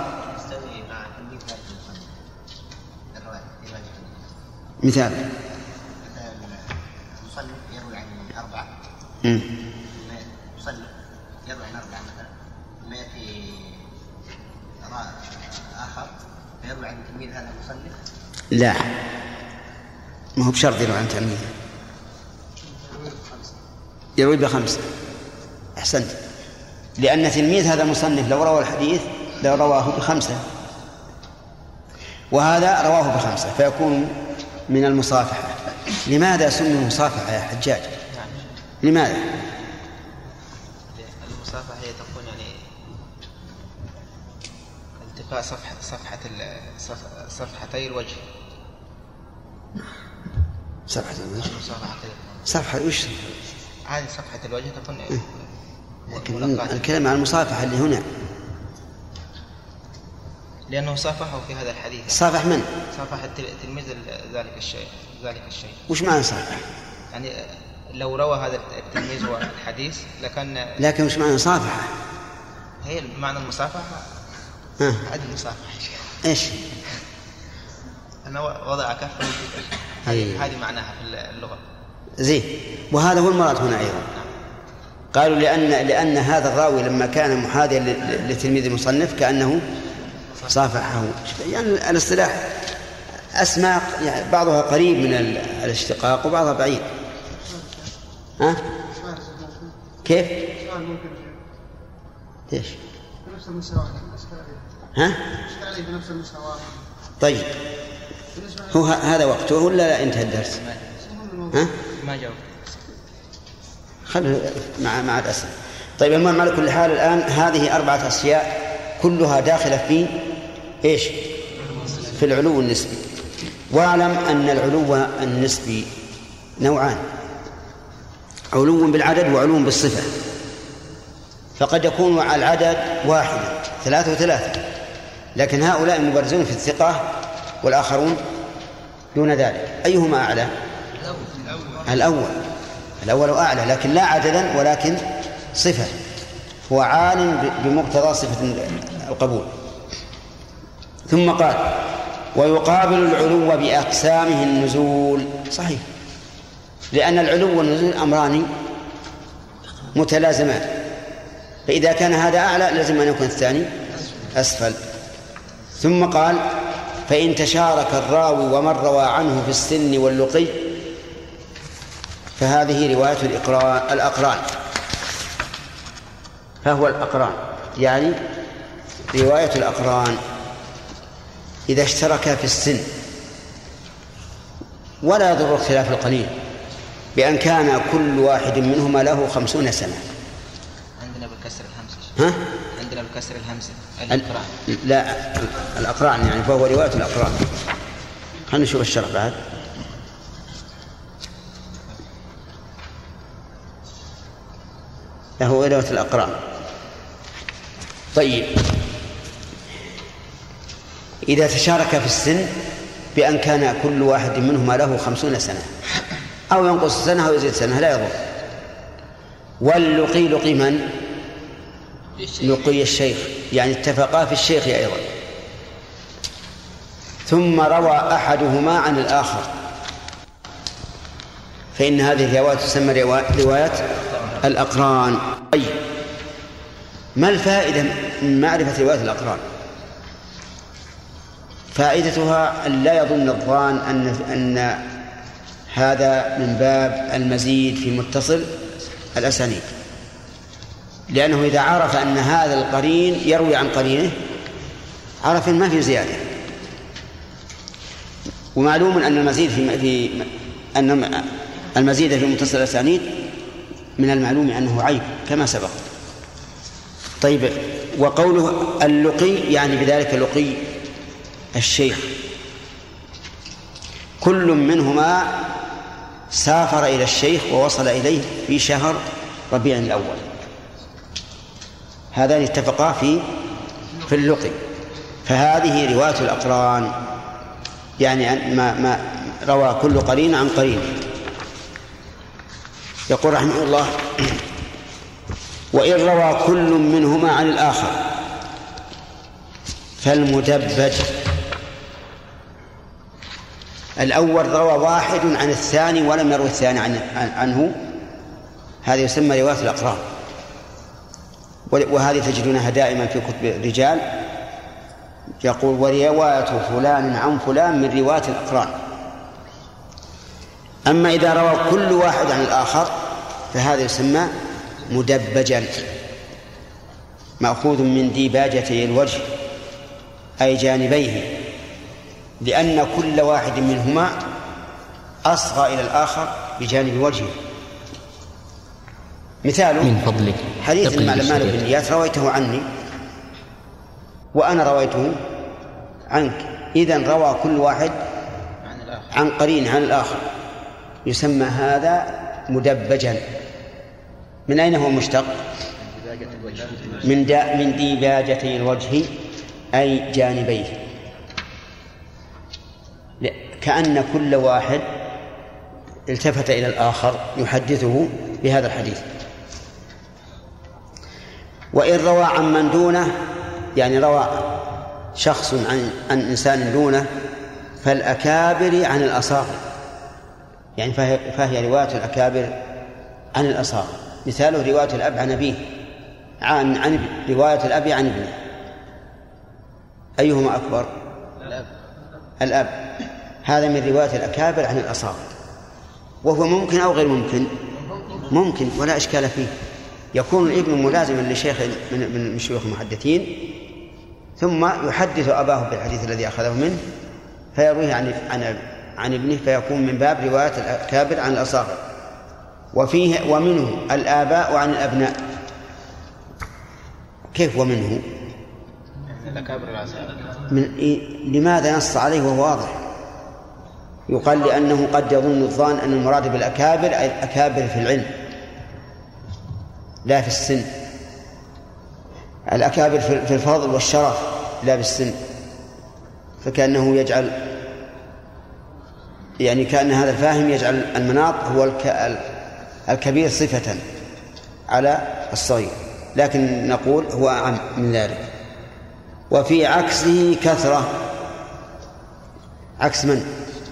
مثال. المصنف يروي عن 4 مصنف يروي عن 4 مثلا، ما يأتي آخر فيروي عن تلميذ هذا المصنف. لا، ما هو بشرط يروي عن تلميذ، يروي ب5. أحسنت، لأن تلميذ هذا المصنف لو روى الحديث لرواه ب5، وهذا رواه ب5 فيكون من المصافحة. لماذا سمي مصافحة يا حجاج؟ لماذا؟ المصافحة هي تكون يعني التقاء صفحتي الوجه. صفحة الوجه؟ صفحة وش؟ هذه صفحة الوجه تكون لكن الكلام عن المصافحة اللي هنا، لأنه صافحه في هذا الحديث. صافح من؟ صافح تلميذ ذلك الشيء. وش معنى صافح؟ يعني لو روى هذا التلميذ هو الحديث لكن. لكن وش معنى صافحة؟ هي معنى المصافحة. هذه المصافحة ايش؟ أنا وضع كفه هذه معناها في اللغة. زين، وهذا هو المراد هنا أيضا. قالوا لأن هذا الراوي لما كان محاذيا لتلميذ المصنف كأنه صافحه. يعني الاصطلاح أسماء يعني بعضها قريب من الاشتقاق وبعضها بعيد. كيف؟ ايش؟ بنفس المساواة. بنفس المساواة. طيب هو هذا وقته ولا لا انتهى الدرس؟ ما جاوب. خلوا مع الأسف. طيب المهم على كل حال الآن هذه 4 أشياء كلها داخلة في إيش؟ في العلو النسبي. واعلم أن العلو النسبي نوعان: علو بالعدد وعلو بالصفة. فقد يكون العدد 1 3 و3، لكن هؤلاء مبرزون في الثقة والآخرون دون ذلك. أيهما أعلى؟ الأول أعلى، لكن لا عددا ولكن صفة، هو عال بمقتضى صفة القبول. ثم قال: ويقابل العلو بأقسامه النزول. صحيح، لأن العلو والنزول أمران متلازمان، فإذا كان هذا أعلى لازم أن يكون الثاني أسفل. ثم قال: فإن تشارك الراوي ومن روى عنه في السن واللقي فهذه رواية الأقران. فهو الأقران يعني رواية الأقران إذا اشتركا في السن، ولا يضر اختلاف القليل بأن كان كل واحد منهما له 50 سنة. عندنا بكسر الهمزة. عندنا بكسر الهمزة الأقران. لا، الأقران يعني فهو رواية الأقران. خلينا نشوف الشرح بعد. له رواية الأقران. طيب، إذا تشارك في السن بأن كان كل واحد منهما له 50 سنة أو ينقص سنة أو يزيد سنة لا يضر. واللقي لقي من؟ لقي الشيخ، يعني اتفقا في الشيخ أيضا. ثم روى أحدهما عن الآخر، فإن هذه الرواية تسمى رواية الأقران. طيب، ما الفائدة من معرفة رواية الأقران؟ فائدتها أن لا يظن الظان أن هذا من باب المزيد في متصل الأسانيد، لأنه إذا عرف أن هذا القرين يروي عن قرينه عرف ما في زيادة. ومعلوم أن المزيد في متصل الأسانيد من المعلوم أنه عيب كما سبق. طيب، وقوله اللقي يعني بذلك لقي الشيخ، كل منهما سافر إلى الشيخ ووصل إليه في شهر ربيع الأول. هذان اتفقا في اللقي. فهذه رواية الأقران، يعني ما روى كل قرين عن قرين. يقول رحمه الله: وإن روى كل منهما عن الآخر فالمدبج. الأول روى واحد عن الثاني ولم يروي الثاني عنه، هذا يسمى رواية الأقران، وهذه تجدونها دائما في كتب الرجال، يقول: ورواية فلان عن فلان من رواية الأقران. أما إذا روى كل واحد عن الآخر فهذا يسمى مدبجا، مأخوذ من ديباجتي الوجه أي جانبيه، لأن كل واحد منهما أصغى إلى الآخر بجانب وجهه. مثاله من فضلك حديث المعلمان بالنيات رويته عني وأنا رويته عنك، إذن روى كل واحد عن قرين عن الآخر، يسمى هذا مدبجا. من أين هو مشتق؟ من ديباجتي الوجه أي جانبيه، كأن كل واحد التفت إلى الآخر يحدثه بهذا الحديث. وإن روى عن من دونه، يعني روى شخص عن إنسان دونه، فالأكابر عن الأصاغر، يعني فهي رواية الأكابر عن الأصاغر. مثاله رواية الأب عن أبيه، عن رواية الأب عن ابنه، أيهما أكبر؟ الأب. هذا من رواية الأكابر عن الأصاغر، وهو ممكن أو غير ممكن؟ ممكن ولا إشكال فيه. يكون الابن ملازما لشيخ من شيوخ المحدثين، ثم يحدث أباه بالحديث الذي أخذه منه فيرويه عن ابنه، فيكون من باب رواية الأكابر عن الأصاغر. ومنه الآباء عن الأبناء. كيف ومنه؟ لماذا نص عليه وهو واضح؟ يقال لأنه قد يظن الظان أن المراد بالأكابر أي الأكابر في العلم لا في السن، الأكابر في الفضل والشرف لا بالسن، فكأنه يجعل، يعني كأن هذا الفاهم يجعل المناط هو الكبير صفة على الصغير، لكن نقول هو أعم من ذلك. وفي عكسه كثرة. عكس من؟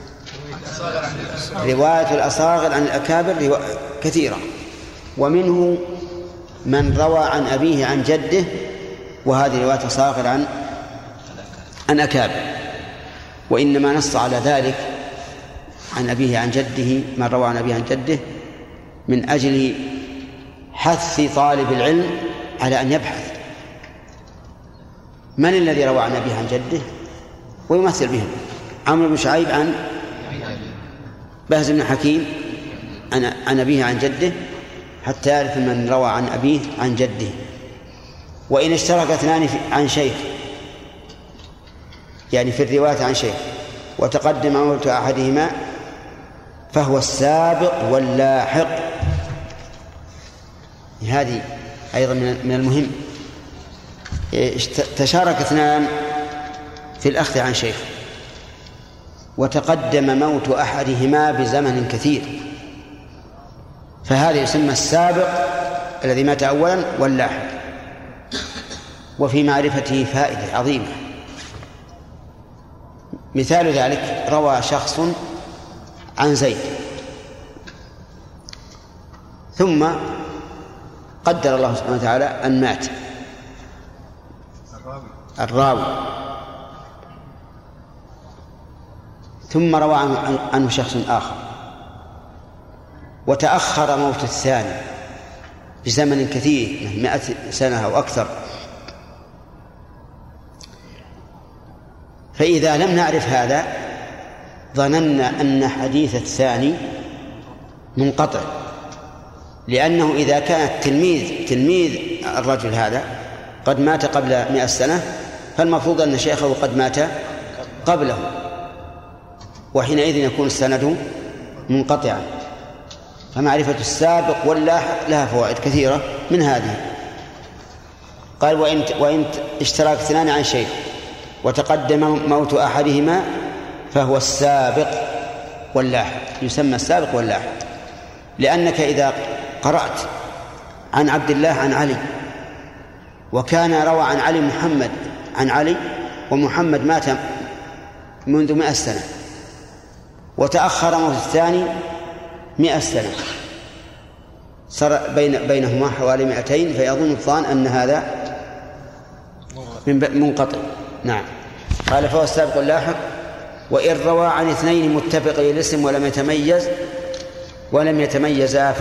رواية الأصاغر عن الأكابر كثيرة. ومنه من روى عن أبيه عن جده، وهذه رواية أصاغر عن أكابر، وإنما نص على ذلك عن أبيه عن جده، من روى عن أبيه عن جده من أجل حث طالب العلم على أن يبحث من الذي روى عن أبيه عن جده ويمثل بهم. عمرو بن شعيب عن بهز بن حكيم عن أبيه عن جده، حتى يعرف من روى عن أبيه عن جده. وإن اشترك اثنان عن شيخ، يعني في الرواية عن شيخ، وتقدم موت أحدهما فهو السابق واللاحق. هذه أيضا من المهم. تشارك اثنان في الأخذ عن شيخ، وتقدم موت أحدهما بزمن كثير، فهذا يسمى السابق الذي مات أولا واللاحق. وفي معرفته فائدة عظيمة. مثال ذلك: روى شخص عن زيد، ثم قدر الله سبحانه وتعالى أن مات الراوي، ثم روى عنه شخص آخر، وتأخر موت الثاني بزمن كثير 100 سنة أو أكثر. فإذا لم نعرف هذا ظننا أن حديث الثاني منقطع، لأنه إذا كان تلميذ الرجل هذا قد مات قبل 100 سنة، فالمفروض أن شيخه قد مات قبله، وحينئذ يكون السند منقطعا. فمعرفة السابق واللاحق لها فوائد كثيرة من هذه. قال وإن اشتراك اثنان عن شيء وتقدم موت أحدهما فهو السابق واللاحق، يسمى السابق واللاحق، لأنك إذا قرأت عن عبد الله عن علي وكان روى عن علي محمد عن علي، ومحمد مات منذ 100 سنة وتأخر موت الثاني 100 سنة، صار بينهما حوالي 200، فيظن الظان أن هذا منقطع. نعم. قال فهو السابق اللاحق. وإن روى عن اثنين متفقي الاسم ولم يتميزا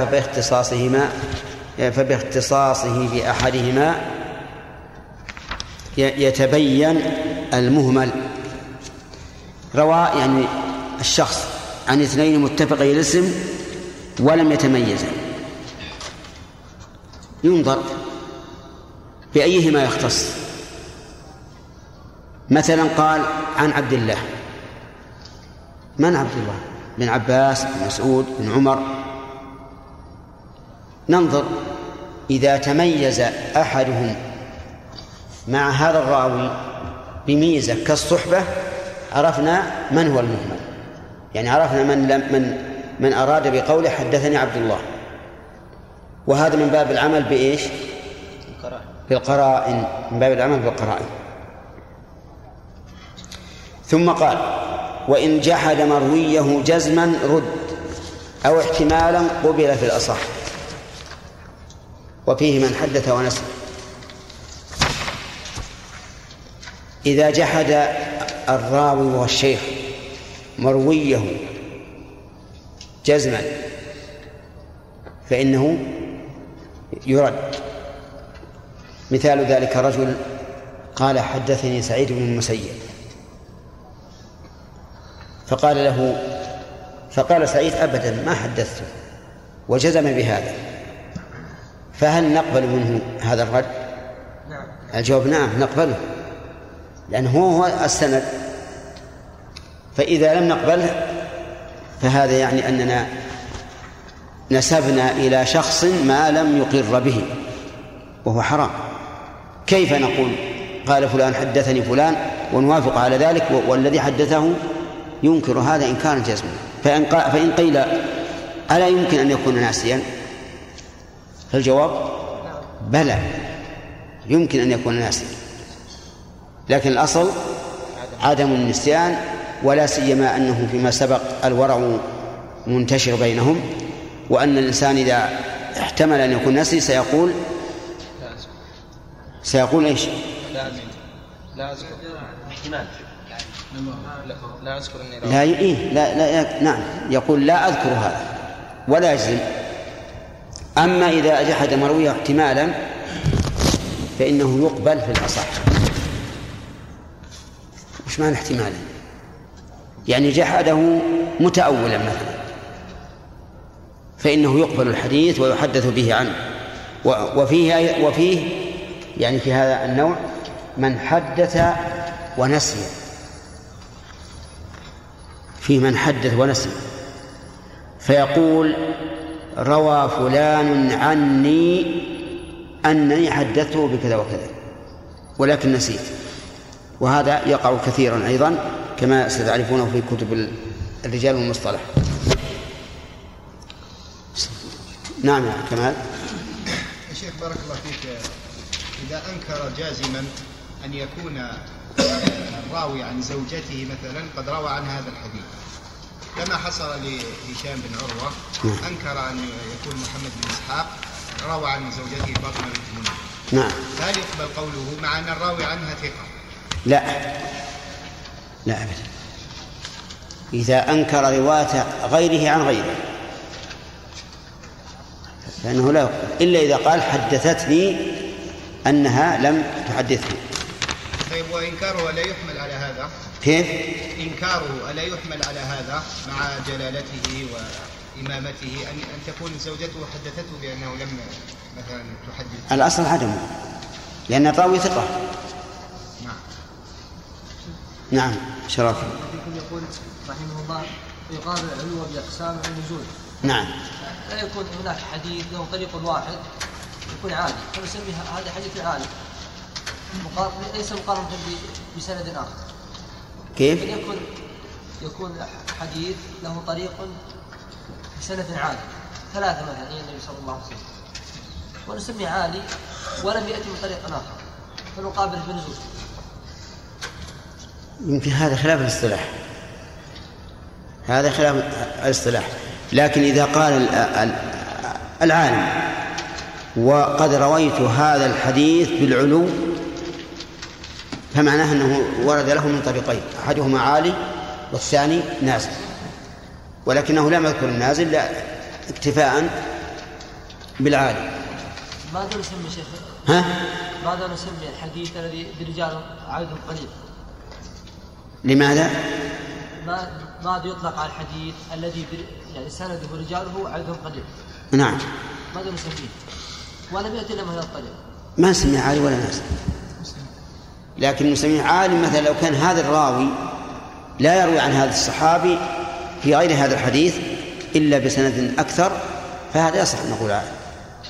فباختصاصه بأحدهما يتبين المهمل. روى يعني الشخص عن اثنين متفقي الاسم ولم يتميزا، ينظر بأيهما يختص. مثلا قال عن عبد الله، من عبد الله؟ بن عباس، بن مسعود، بن عمر. ننظر إذا تميز أحدهم مع هذا الراوي بميزة كالصحبة عرفنا من هو المهمل، يعني عرفنا من أراد بقوله حدثني عبد الله. وهذا من باب العمل بإيش؟ بالقرائن، من باب العمل بالقرائن. ثم قال وإن جحد مرويه جزما رد أو احتمالا قبل في الأصح. وفيه من حدث ونسى. إذا جحد الراوي والشيخ مرويه جزما فإنه يرد. مثال ذلك رجل قال حدثني سعيد بن المسيب، فقال سعيد أبدا ما حدثته وجزم بهذا، فهل نقبل منه هذا الرد؟ الجواب نعم نقبله، لأنه هو السند. فإذا لم نقبله فهذا يعني أننا نسبنا إلى شخص ما لم يقر به وهو حرام. كيف نقول قال فلان حدثني فلان ونوافق على ذلك والذي حدثه ينكر هذا إنكارا جازما؟ فإن قيل ألا يمكن أن يكون ناسيا؟ فالجواب بلى يمكن أن يكون ناسيا، لكن الأصل عدم النسيان، ولا سيما أنه فيما سبق الورع منتشر بينهم، وأن الإنسان إذا احتمل أن يكون ناسي سيقول إيش؟ لا أذكر احتمال لا أذكر أني لا نعم يقول لا أذكر هذا ولا يجزم. أما إذا جحد مرويه احتمالا فإنه يقبل في الأصح. وش معنى احتمالا؟ يعني جحده متأولا مثلا، فإنه يقبل الحديث ويحدث به عنه. وفيه يعني في هذا النوع من حدث ونسي، في من حدث ونسي فيقول روى فلان عني أنني حدثته بكذا وكذا ولكن نسيت. وهذا يقع كثيرا أيضا كما ستعرفونه في كتب الرجال والمصطلح. نعم يا كمال. يا شيخ بارك الله فيك، إذا أنكر جازما أن يكون الراوي عن زوجته مثلا قد روى عن هذا الحديث كما حصل لهشام بن عروة، أنكر أن يكون محمد بن إسحاق روى عن زوجته فاطمة بنت منذر، نعم، هل يقبل قوله مع أن الراوي عنها ثقة؟ لا أبدا. إذا أنكر رواية غيره عن غيره فإنه لا يقبل، إلا إذا قال حدثتني أنها لم تحدثني. طيب وإنكاره ألا يحمل على هذا؟ كيف؟ إنكاره ألا يحمل على هذا مع جلالته وإمامته أن تكون زوجته حدثته بأنه لم مثلا تحدث؟ الأصل عدمه، لأن الراوي ثقة. نعم شرف. يقول رحمه الله يقال العلو بأقسام النزول. نعم. لا يكون هناك حديث له طريق واحد يكون عالي، فنسميه هذا حديث عالي، ليس مقارنة بسند آخر. كيف؟ يكون حديث له طريق بسند عالي 3 مثلا النبي صلى الله عليه وسلم ونسميه عالي ولم يأتي من طريق آخر فنقابل بنزول. يمكن هذا خلاف الاصطلاح، هذا خلاف الاصطلاح. لكن إذا قال العالم وقد رويت هذا الحديث بالعلو فمعناه أنه ورد له من طريقين، أحدهما عالي والثاني نازل، ولكنه لم يذكر النازل لا اكتفاء بالعالي. ماذا نسمي شيخ؟ ماذا نسمي الحديث الذي برجال عدد قليل؟ لماذا؟ ماذا يطلق على الحديث الذي يعني سنده رجاله عدد قليل؟ نعم. ماذا نسميه؟ ولم يأتي لما هذا الطريق. ما نسميه عالي ولا نازل، لكن نسميه عالي مثلا لو كان هذا الراوي لا يروي عن هذا الصحابي في غير هذا الحديث إلا بسند أكثر فهذا يصح أن نقول عالي.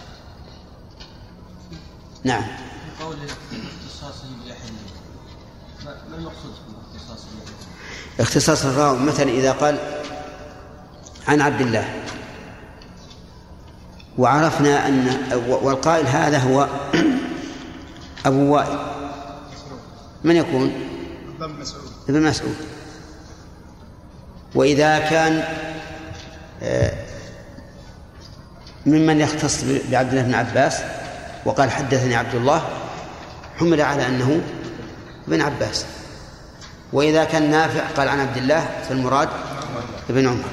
نعم. قول الاختصاص بالحديث ما المقصود بالاختصاص بالحديث؟ اختصاص الراوي مثلا إذا قال عن عبد الله وعرفنا أن والقائل هذا هو أبو وائل، من يكون؟ ابن مسعود. وإذا كان ممن يختص بعبد الله بن عباس وقال حدثني عبد الله حمل على أنه ابن عباس. وإذا كان نافع قال عن عبد الله فالمراد ابن عمر.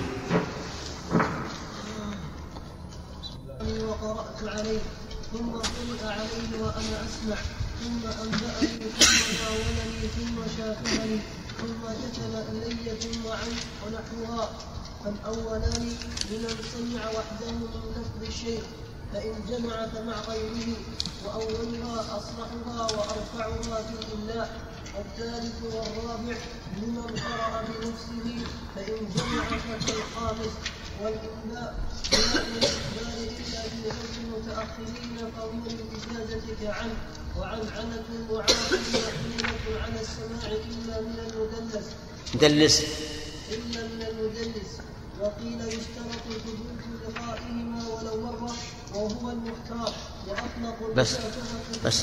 وقرأت عليه ثم قرئ عليه وأنا أسمع ثم أنبأني ثم ناولني ثم شافعني ثم كتب إلي ثم عنه ونحوها. فالأولان لمن سمع وحده من لفظ الشيخ فإن جمع فمع غيره وأولها أصلحها وأرفعها في الإملاء. والثالث والرابع لمن قرأ بنفسه فإن جمع فكالخامس. والإملاء بنحو الإخبار إلا في غير المتأخرين فهو للإجازة كعن وعنعنة معاقب محمولة على السماع إلا من المدلس إلا من المدلس. وقيل يشترط ثبوت لقائهما ولو مرة وهو المختار وأطلق بس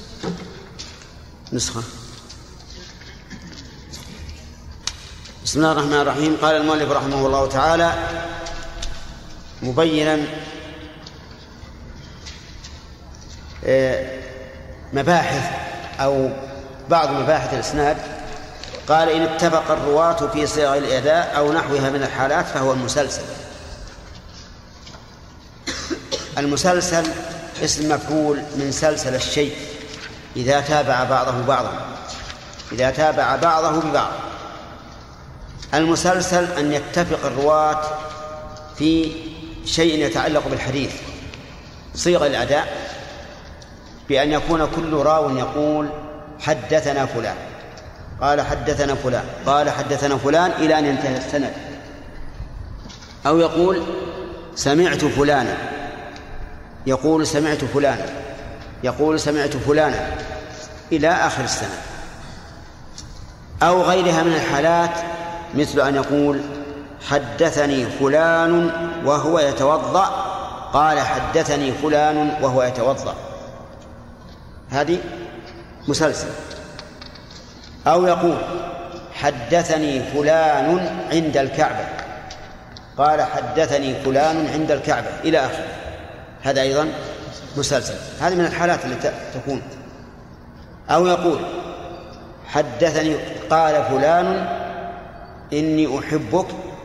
نسخة. بسم الله الرحمن الرحيم. قال المؤلف رحمه الله تعالى مبينا مباحث أو بعض مباحث الإسناد. قال إن اتفق الرواة في صيغ الأداء أو نحوها من الحالات فهو المسلسل. المسلسل اسم مفعول من سلسل الشيء إذا تابع بعضه ببعض. المسلسل أن يتفق الرواة في شيء يتعلق بالحديث صيغ الأداء بأن يكون كل راو يقول حدثنا فلان قال حدثنا فلان قال حدثنا فلان إلى أن ينتهي السند، أو يقول سمعت فلانا يقول سمعت فلانا يقول سمعت فلانا إلى آخر السند، أو غيرها من الحالات مثل أن يقول حدثني فلان وهو يتوضأ قال حدثني فلان وهو يتوضأ، هذه مسلسل. أو يقول حدثني فلان عند الكعبة قال حدثني فلان عند الكعبة إلى آخره، هذا أيضا مسلسل. هذه من الحالات التي تكون. أو يقول حدثني قال فلان إني أحبك،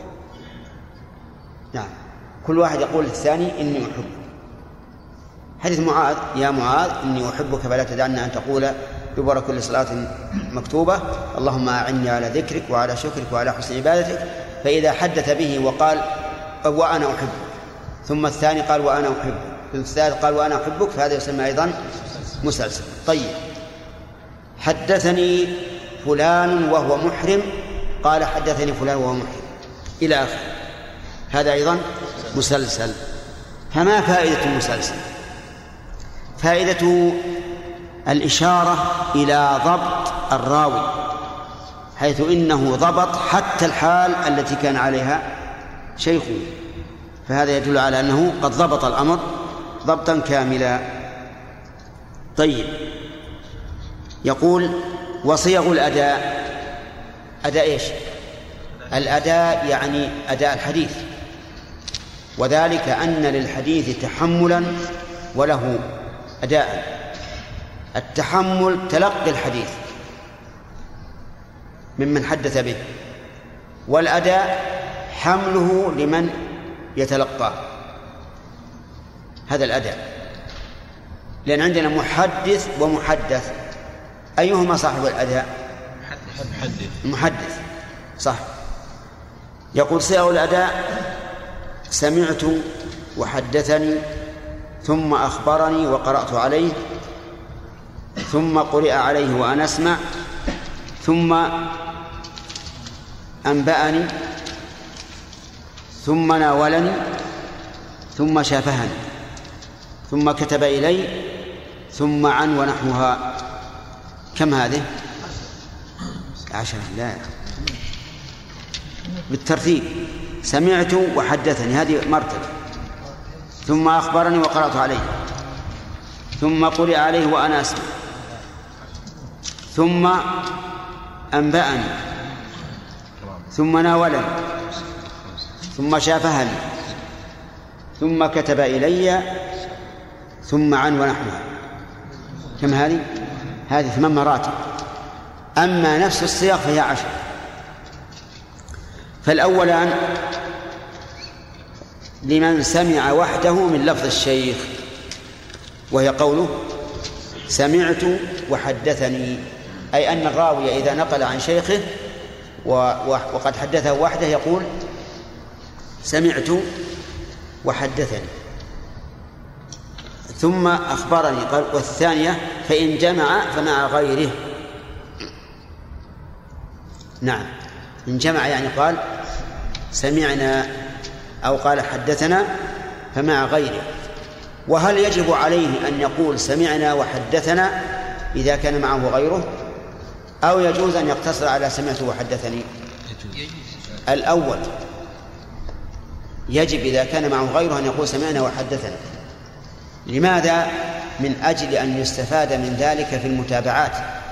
نعم كل واحد يقول للثاني إني أحبك. حديث معاذ يا معاذ إني أحبك فلا تدعنا أن تقول دبر كل صلاة مكتوبة اللهم أعني على ذكرك وعلى شكرك وعلى حسن عبادتك. فإذا حدث به وقال وأنا أحبك ثم الثاني قال وأنا أحبك ثم الثالث قال وأنا أحبك فهذا يسمى أيضا مسلسل. طيب حدثني فلان وهو محرم قال حدثني فلان وهو محرم إلى آخر، هذا أيضا مسلسل. فما فائدة المسلسل؟ فائدته الإشارة إلى ضبط الراوي، حيث إنه ضبط حتى الحال التي كان عليها شيخه، فهذا يدل على أنه قد ضبط الأمر ضبطا كاملا. طيب، يقول وصيغ الأداء. أداء إيش؟ الأداء يعني أداء الحديث، وذلك أن للحديث تحملا وله أداء. التحمل تلقي الحديث ممن حدث به، والأداء حمله لمن يتلقاه، هذا الأداء. لأن عندنا محدث ومحدث، أيهما صاحب الأداء؟ المحدث، صح. يقول صيغ الأداء: سمعت وحدثني، ثم أخبرني وقرأت عليه، ثم قرئ عليه وأنا أسمع، ثم أنبأني، ثم ناولني، ثم شافهني، ثم كتب إلي، ثم عن ونحوها. كم هذه؟ 10. لا، بالترتيب: سمعت وحدثني، هذه مرتبة، ثم أخبرني وقرأت عليه، ثم قرئ عليه وأنا أسمع، ثم أنبأني، ثم ناولني، ثم شافهني، ثم كتب إلي، ثم عن ونحوها. كم هذه؟ هذه 8 مراتب. أما نفس الصيغ فهي 10. فالأولان لمن سمع وحده من لفظ الشيخ، وهي قوله سمعت وحدثني، أي أن الراوي إذا نقل عن شيخه وقد حدثه وحده يقول سمعت وحدثني. ثم أخبرني، قال والثانية فإن جمع فمع غيره. نعم، إن جمع يعني قال سمعنا أو قال حدثنا فمع غيره. وهل يجب عليه أن يقول سمعنا وحدثنا إذا كان معه غيره، أو يجوز أن يقتصر على سمعت وحدثني؟ الأول يجب إذا كان معه غيره أن يقول سمعنا وحدثنا. لماذا؟ من أجل أن يستفاد من ذلك في المتابعات،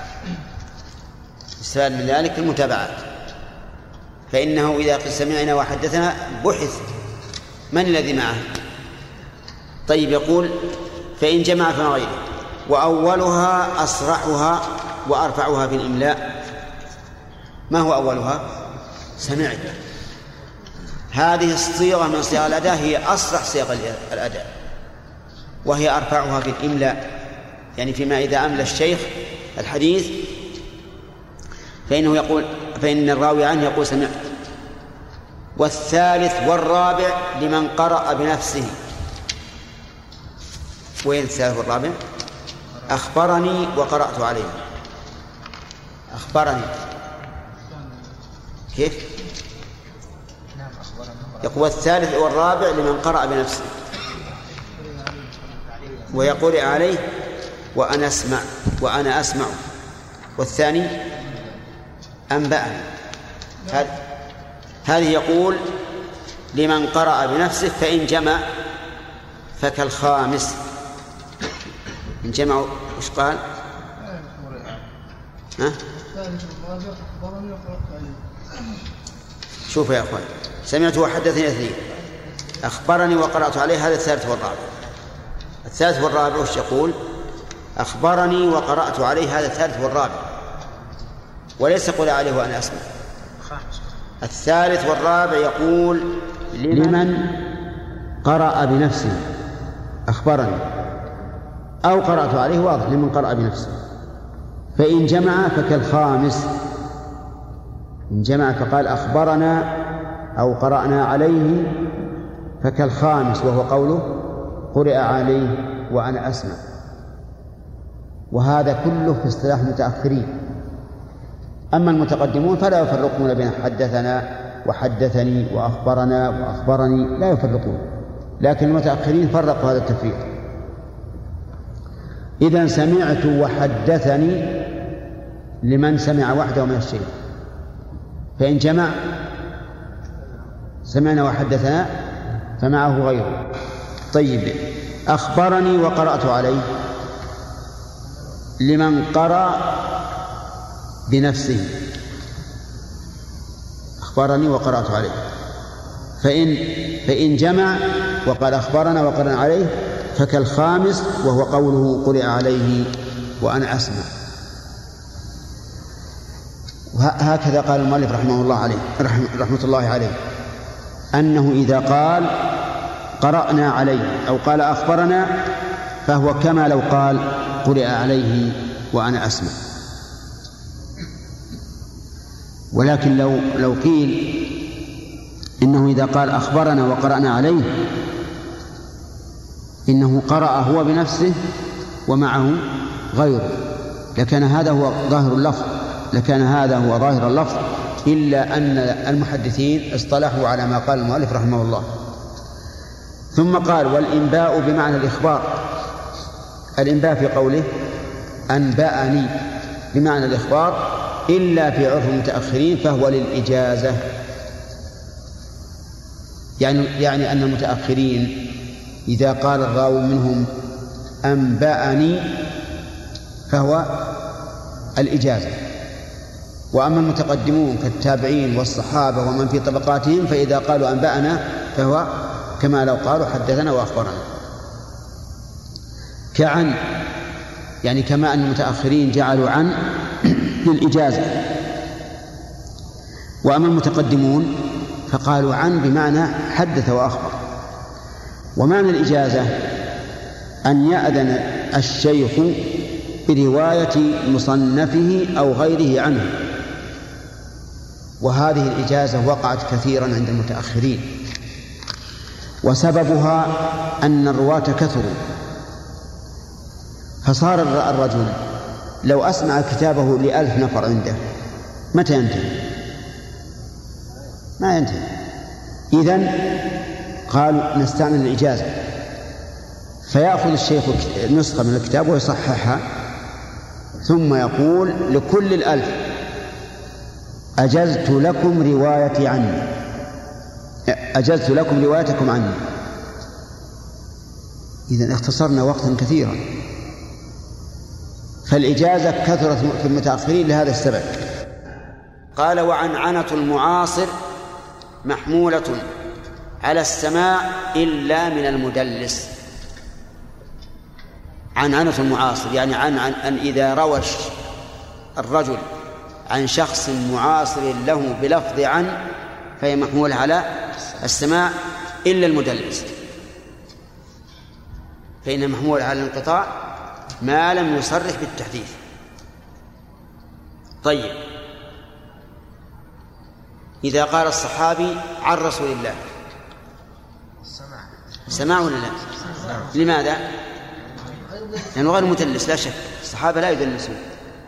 يستفاد من ذلك في المتابعات. فإنه إذا قل سمعنا وحدثنا بحث من الذي معه. طيب، يقول فإن جمع فمع غيره. وأولها أصرحها وأرفعها في الإملاء. ما هو أولها؟ سمعت. هذه الصيغة من صيغ الأداء هي أصرح صيغ الأداء، وهي أرفعها في الإملاء، يعني فيما إذا أملى الشيخ الحديث فإن الراوي عنه يقول سمعت. والثالث والرابع لمن قرأ بنفسه. وين الثالث والرابع؟ أخبرني وقرأت عليه. أخبرني كيف؟ يقول والثالث والرابع لمن قرأ بنفسه ويقول عليه وأنا أسمع. والثاني أنبأني. هذه يقول لمن قرأ بنفسه. فإن جمع فكالخامس. إن جمعوا وش قال؟ شوفوا يا أخوان، سمعت وحدثني 2، أخبرني وقرأت عليه، هذا الثالث والرابع. الثالث والرابع وش يقول؟ أخبرني وقرأت عليه، هذا الثالث والرابع، وليس قل عليه وأنا أسمع. الثالث والرابع يقول لمن قرأ بنفسه أخبرني، أو قرأت عليه، واضح لمن قرأ بنفسه. فإن جمع فكالخامس. إن جمع فقال أخبرنا أو قرأنا عليه فكالخامس، وهو قوله قرئ عليه وأنا أسمع. وهذا كله في اصطلاح المتأخرين. أما المتقدمون فلا يفرقون بين حدثنا وحدثني وأخبرنا وأخبرني، لا يفرقون. لكن المتأخرين فرقوا هذا التفريق. إذن سمعت وحدثني لمن سمع وحده من الشيء، فإن جمع سمعنا وحدثنا فمعه غيره. طيب، أخبرني وقرأت عليه لمن قرأ بنفسه، أخبرني وقرأت عليه. فإن جمع وقال أخبرنا وقرأنا عليه فكالخامس، وهو قوله قرئ عليه وأنا أسمع. وهكذا قال المؤلف رحمة الله عليه أنه إذا قال قرأنا عليه أو قال أخبرنا فهو كما لو قال قرئ عليه وأنا أسمع. ولكن لو قيل إنه إذا قال أخبرنا وقرأنا عليه إنه قرأ هو بنفسه ومعه غيره لكان هذا هو ظاهر اللفظ، إلا أن المحدثين اصطلحوا على ما قال المؤلف رحمه الله. ثم قال والإنباء بمعنى الإخبار. الإنباء في قوله أنبأني بمعنى الإخبار، إلا في عرف المتأخرين فهو للإجازة، يعني أن المتأخرين إذا قال الراوي منهم أنبأني فهو الإجازة، وأما المتقدمون كالتابعين والصحابة ومن في طبقاتهم فإذا قالوا أنبأنا فهو كما لو قالوا حدثنا وأخبرنا. كعن، يعني كما أن المتأخرين جعلوا عن للإجازة، وأما المتقدمون فقالوا عن بمعنى حدث وأخبر. ومعنى الإجازة أن يأذن الشيخ برواية مصنفه أو غيره عنه، وهذه الإجازة وقعت كثيرا عند المتأخرين، وسببها أن الرواة كثروا، فصار الرجل لو أسمع كتابه ل1000 نفر عنده متى ينتهي؟ ما ينتهي. إذن قالوا نستعمل الإجازة، فيأخذ الشيخ نسخة من الكتاب ويصححها ثم يقول لكل 1000 أجزت لكم روايتكم عني. إذن اختصرنا وقتا كثيرا. فالإجازة كثرت في المتأخرين لهذا السبب. قال وعنعنة المعاصر محمولة على السماع إلا من المدلس. عنعنة المعاصر يعني عن إذا روى الرجل عن شخص معاصر له بلفظ عن فهي محمولة على السماع إلا المدلس، فإنها محمولة على الانقطاع ما لم يصرح بالتحديث. طيب، إذا قال الصحابي عن رسول الله سماع ولا لا؟ لماذا؟ لأنه غير مدلس لا شك، الصحابة لا يدلسون.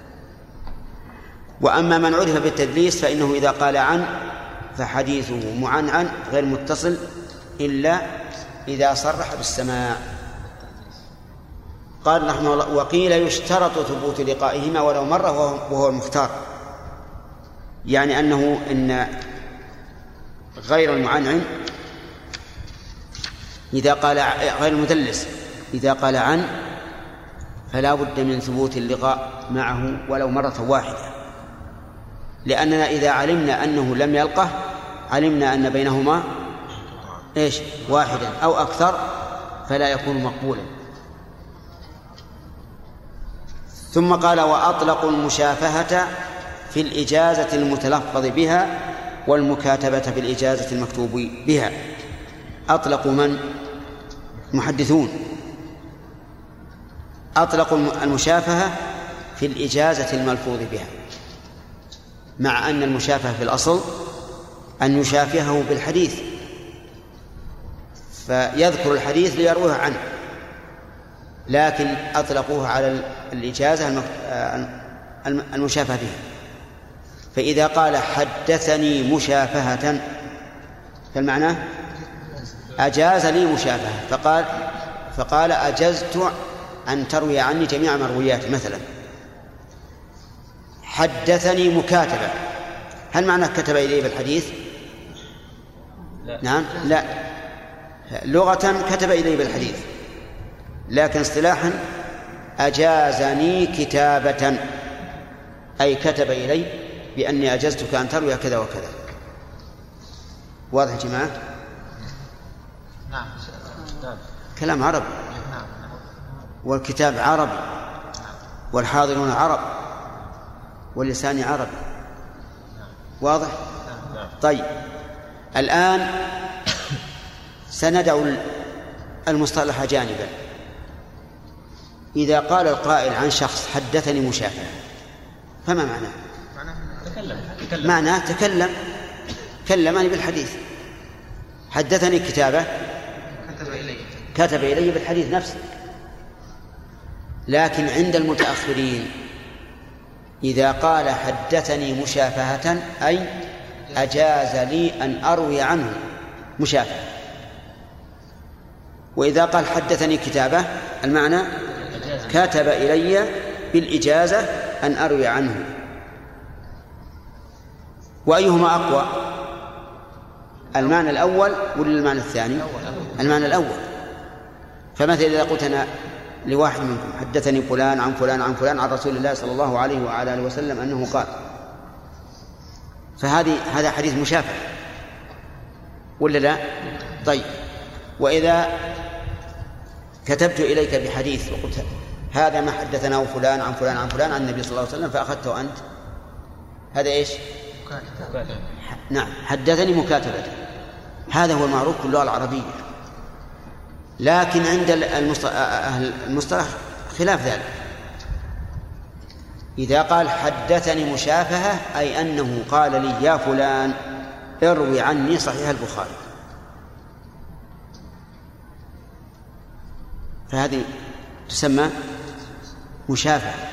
وأما من عرف بالتدليس فإنه إذا قال عن فحديثه معنعن غير متصل إلا إذا صرح بالسماع. قال رحمه الله وقيل يشترط ثبوت لقائهما ولو مرة وهو المختار، يعني أنه إن غير المعنعن إذا قال غير المدلس إذا قال عن فلا بد من ثبوت اللقاء معه ولو مرة واحدة، لأننا إذا علمنا أنه لم يلقه علمنا أن بينهما واحدا أو أكثر فلا يكون مقبولا. ثم قال وأطلقوا المشافهة في الإجازة المتلفظ بها والمكاتبة في الإجازة المكتوب بها. أطلقوا من؟ محدثون أطلقوا المشافهة في الإجازة الملفوظ بها، مع أن المشافهة في الأصل أن يشافهه بالحديث فيذكر الحديث ليروه عنه، لكن أطلقوها على الإجازة المشافهة بها. فإذا قال حدثني مشافهة فالمعنى أجاز لي مشافهة، فقال أجزت أن تروي عني جميع مروياتي. مثلا حدثني مكاتبة، هل معنى كتب إليه بالحديث؟ لا. نعم لا، لغة كتب إليه بالحديث، لكن اصطلاحا أجازني كتابة، أي كتب إلي بأني أجزتك أن تروي كذا وكذا. واضح يا جماعة؟ نعم. كلام عربي، والكتاب عربي، والحاضرون عرب، واللسان عربي. واضح؟ طيب الآن سندع المصطلح جانبا. إذا قال القائل عن شخص حدثني مشافهة، فما معناه؟ معناه كلمني بالحديث. حدثني كتابة، كتب إلي بالحديث نفسه. لكن عند المتأخرين إذا قال حدثني مشافهة أي أجاز لي أن أروي عنه مشافهة. وإذا قال حدثني كتابة المعنى كتب إلي بالإجازة أن أروي عنه. وأيهما أقوى، المعنى الأول ولا المعنى الثاني؟ المعنى الأول. فمثلا إذا قلت أنا لواحد منكم حدثني فلان عن فلان عن فلان عن رسول الله صلى الله عليه وعلى آله وسلم أنه قال، هذا حديث مشافه ولا لا؟ طيب وإذا كتبت إليك بحديث وقلت هذا ما حدثناه فلان عن فلان عن فلان عن النبي صلى الله عليه وسلم فأخذته أنت، هذا إيش؟ نعم حدثني مكاتبة. هذا هو المعروف في اللغة العربية. لكن عند المصطلح خلاف ذلك. إذا قال حدثني مشافهة أي أنه قال لي يا فلان اروي عني صحيح البخاري، فهذه تسمى مشافهة.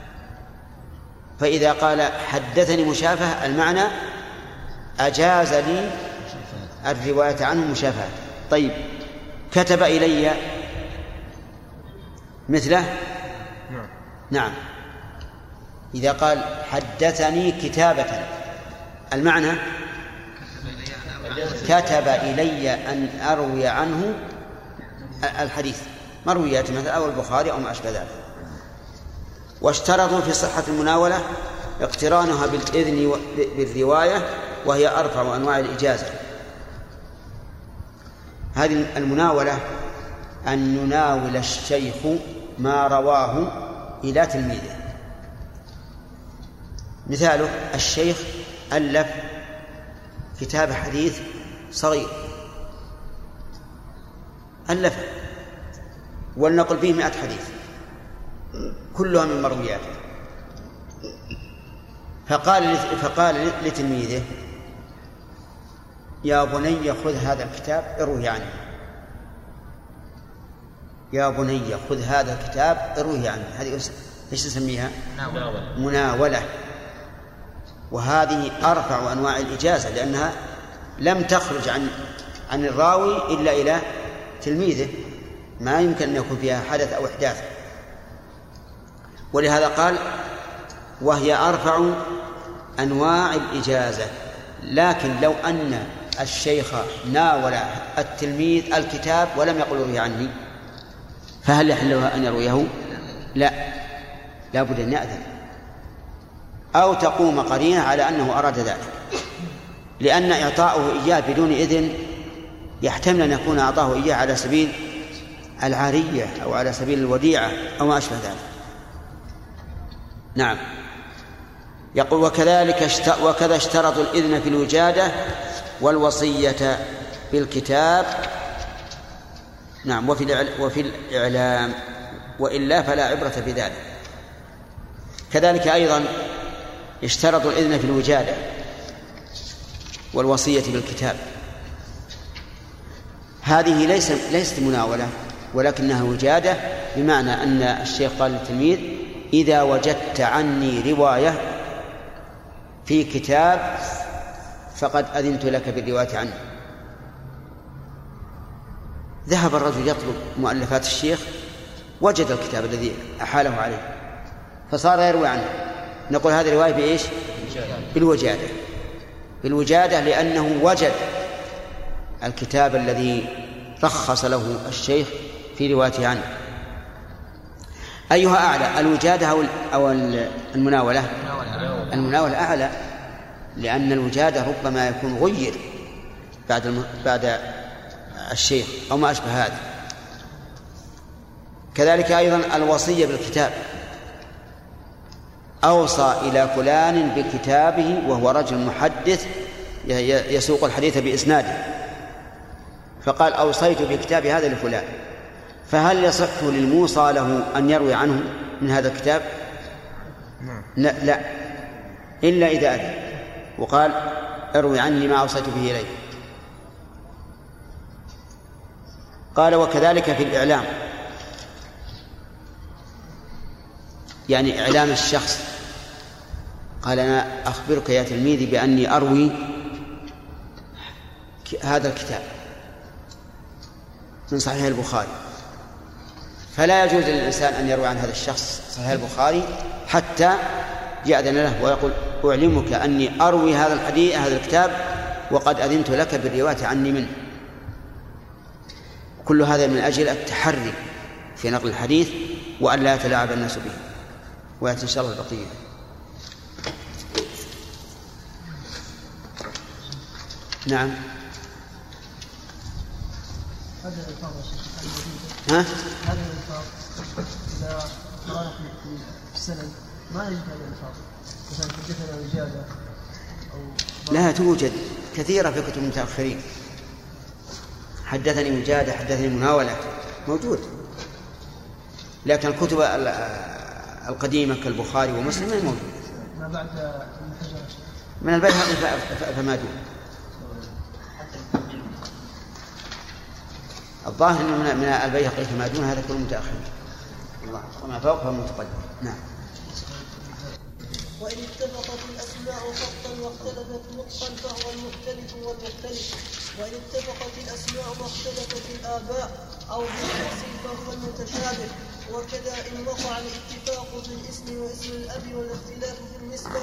فإذا قال حدثني مشافهة المعنى أجاز لي الرواية عنه مشافهة. طيب كتب إلي مثله؟ نعم. إذا قال حدثني كتابة المعنى كتب إلي أن أروي عنه الحديث مرويات مثل أو البخاري أو ما أشبه ذلك. واشترطوا في صحة المناولة اقترانها بالإذن بالرواية، وهي أرفع أنواع الإجازة. هذه المناولة أن يناول الشيخ ما رواه إلى تلميذه. مثاله الشيخ ألف كتاب حديث صغير ألفه ولنقل فيه 100 حديث كلها من مروياته، فقال لتلميذه يا بني خذ هذا الكتاب اروه عنه، يا بني خذ هذا الكتاب اروه عنه. هذه ايش نسميها؟ مناولة. وهذه أرفع أنواع الإجازة لأنها لم تخرج عن الراوي إلا إلى تلميذه، ما يمكن أن يكون فيها حدث أو إحداث. ولهذا قال وهي أرفع أنواع الإجازة. لكن لو أن الشيخ ناول التلميذ الكتاب ولم يقل روي عني فهل يحلها أن يرويه؟ لا بد أن يأذن أو تقوم قرينة على أنه أراد ذلك، لأن إعطاؤه إياه بدون إذن يحتمل أن يكون أعطاه إياه على سبيل العارية أو على سبيل الوديعة أو ما أشبه ذلك. نعم. يقول وكذا اشترطوا الإذن في الوجادة والوصية بالكتاب. نعم. وفي الإعلام، وإلا فلا عبرة بذلك. كذلك أيضا اشترطوا الإذن في الوجادة والوصية بالكتاب. هذه ليست مناولة ولكنها وجادة، بمعنى أن الشيخ قال للتلميذ إذا وجدت عني رواية في كتاب فقد أذنت لك بالرواية عنه. ذهب الرجل يطلب مؤلفات الشيخ وجد الكتاب الذي أحاله عليه فصار يروي عنه، نقول هذه الرواية بإيش؟ بالوجادة لأنه وجد الكتاب الذي رخص له الشيخ في روايته عنه. أيها أعلى، الوجادة أو المناولة؟ المناولة أعلى، لأن الوجادة ربما يكون غير بعد الشيخ أو ما أشبه هذا. كذلك أيضا الوصية بالكتاب، أوصى إلى فلان بكتابه وهو رجل محدث يسوق الحديث بإسناده، فقال أوصيت بكتاب هذا لفلان، فهل يصح للموصى له أن يروي عنه من هذا الكتاب؟ لا، إلا إذا أذن وقال اروي عني ما أوصيت به إليك. قال وكذلك في الإعلام، يعني إعلام الشخص، قال أنا أخبرك يا تلميذي بأني أروي هذا الكتاب من صحيح البخاري، فلا يجوز للإنسان أن يروي عن هذا الشخص صحيح البخاري حتى يأذن له ويقول أعلمك أني أروي هذا الحديث هذا الكتاب وقد أذنت لك بالرواية عني منه. كل هذا من أجل التحري في نقل الحديث وأن لا يتلاعب الناس به. ويأتي إن شاء الله البقية. نعم. هذا الألفاظ ها؟ هذا الألفاظ إذا قرأنا في السند ما نجد هذه الألفاظ، مثلا حدثنا وجادة أو لا توجد كثيرة في كتب المتأخرين. حدثني وجادة، حدثني مناولة، موجود، لكن الكتب القديمة كالبخاري ومسلم ما موجود. ما بعد الحجر من البيهقي فما دون. الظاهر أنه من البيهقي فما دون هذا كله متأخر، الله وما فوق فهو متقدم. نعم. وإن اتفقت الأسماء خطا واختلفت نطقا فهو المختلف والمختلف، وإن اتفقت الأسماء واختلفت الآباء أو بالتفصيل فهو المتشابه. وكذا إن وقع الاتفاق في الاسم واسم الأب والاختلاف في النسبة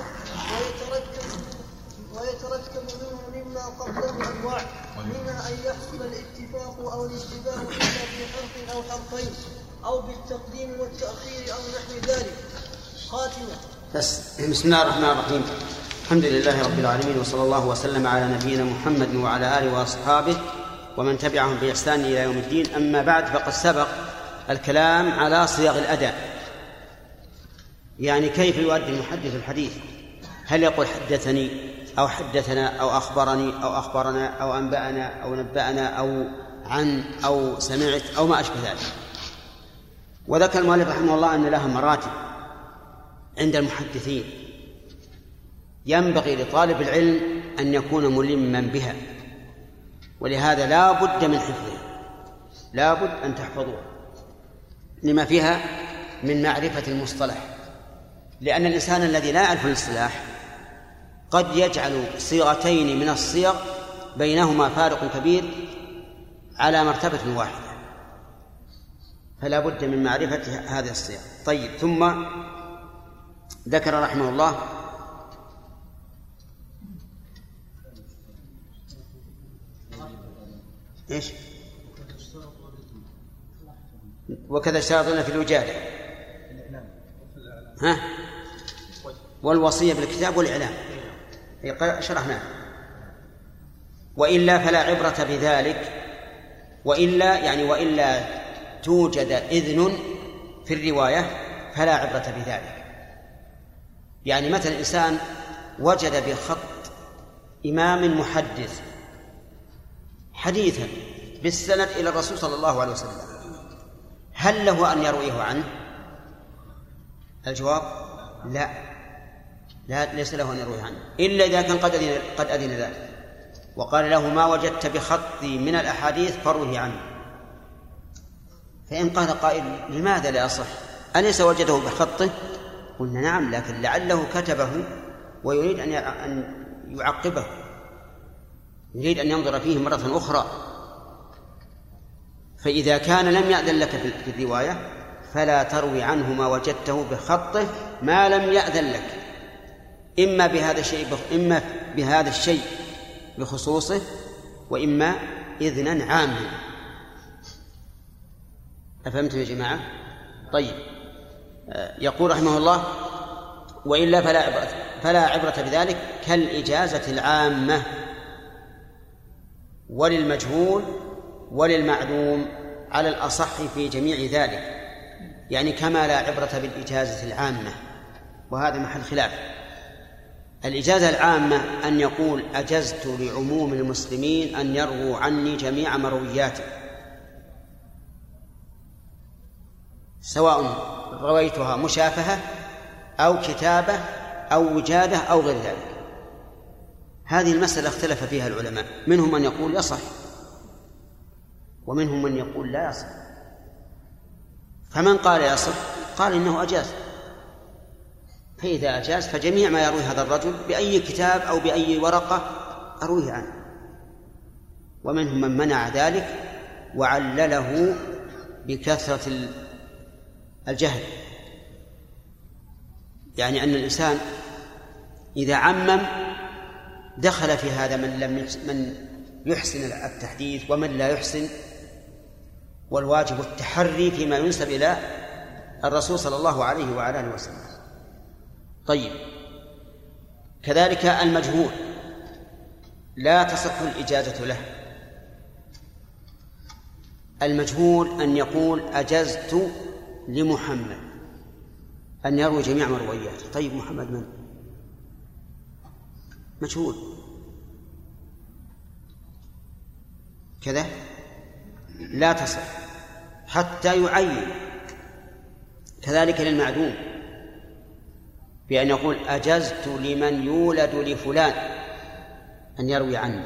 ويتركب منه مما قبله أنواع، منها أن يحصل الاتفاق أو الاشتباه إلا في حرف أو حرفين أو بالتقديم والتأخير أو نحو ذلك. خاتمة. بسم الله الرحمن الرحيم. الحمد لله رب العالمين، وصلى الله وسلم على نبينا محمد وعلى آله وأصحابه ومن تبعهم بإحسان إلى يوم الدين. أما بعد، فقد سبق الكلام على صيغ الأداء، يعني كيف يؤدي المحدث الحديث، هل يقول حدثني أو حدثنا أو أخبرني أو أخبرنا أو أنبأنا أو نبأنا أو عن أو سمعت أو ما أشبه ذلك. وذكر المؤلف رحمه الله أن لها مراتب عند المحدثين، ينبغي لطالب العلم أن يكون ملما بها، ولهذا لا بد من حفظها، لا بد أن تحفظوها لما فيها من معرفة المصطلح، لأن الإنسان الذي لا يعرف الاصطلاح قد يجعل صيغتين من الصيغ بينهما فارق كبير على مرتبة واحدة، فلا بد من معرفة هذه الصيغ. طيب، ثم ذكر رحمه الله إيش؟ وكذا اشترطنا في الوجادة والوصية بالكتاب والإعلام شرحناه. وإلا فلا عبرة بذلك، وإلا توجد إذن في الرواية فلا عبرة بذلك. يعني مثلا إنسان وجد بخط إمام محدث حديثا بالسند إلى الرسول صلى الله عليه وسلم، هل له أن يرويه عنه؟ الجواب لا، ليس له أن يرويه عنه إلا إذا كان قد أذن ذلك وقال له ما وجدت بخطي من الأحاديث فروه عنه. فإن قال قائل لماذا لا يصح؟ أليس وجده بخطه؟ قلنا نعم، لكن لعله كتبه ويريد أن يعقبه، يريد أن ينظر فيه مرة أخرى. فإذا كان لم يأذن لك في الرواية فلا تروي عنه ما وجدته بخطه ما لم يأذن لك، إما بهذا الشيء بخصوصه، وإما إذنا عاما. أفهمتم يا جماعة؟ طيب، يقول رحمه الله: وإلا فلا عبرة بذلك كالإجازة العامة وللمجهول وللمعلوم على الأصح في جميع ذلك، يعني كما لا عبرة بالإجازة العامة، وهذا محل خلاف. الإجازة العامة أن يقول: أجزت لعموم المسلمين أن يرووا عني جميع مروياتي، سواء رويتها مشافهة أو كتابة أو وجادة أو غير ذلك. هذه المسألة اختلف فيها العلماء، منهم من يقول يصح ومنهم من يقول لا يصح. فمن قال يصح قال إنه أجاز، فإذا أجاز فجميع ما يروي هذا الرجل بأي كتاب أو بأي ورقة أرويه عنه. ومنهم من منع ذلك وعلله بكثرة الجهل، يعني أن الإنسان إذا عمم دخل في هذا من يحسن التحديث ومن لا يحسن، والواجب التحري فيما ينسب إلى الرسول صلى الله عليه وعلى آله وسلم. طيب، كذلك المجهول لا تصح الإجازة له. المجهول أن يقول: أجزت لمحمد أن يروي جميع مروياته. طيب، محمد من؟ مجهول، كذا لا تصح حتى يعين. كذلك للمعدوم بأن يقول: أجزت لمن يولد لفلان أن يروي عنه.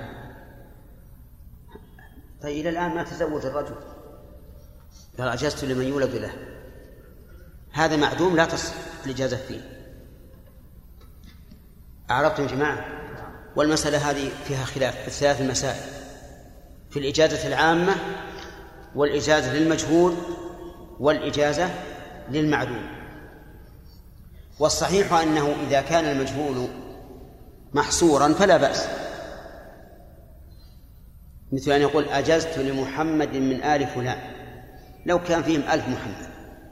طيب، إلى الآن ما تزوج الرجل، قال: أجزت لمن يولد له. هذا معدوم لا تصح الإجازة فيه. أعرفتم يا جماعة؟ والمسألة هذه فيها خلاف في الثلاث المسائل: في الإجازة العامة، والإجازة للمجهول، والإجازة للمعدوم. والصحيح أنه إذا كان المجهول محصورا فلا بأس، مثل أن يقول: أجزت لمحمد من آل فلان، لو كان فيهم 1000 محمد.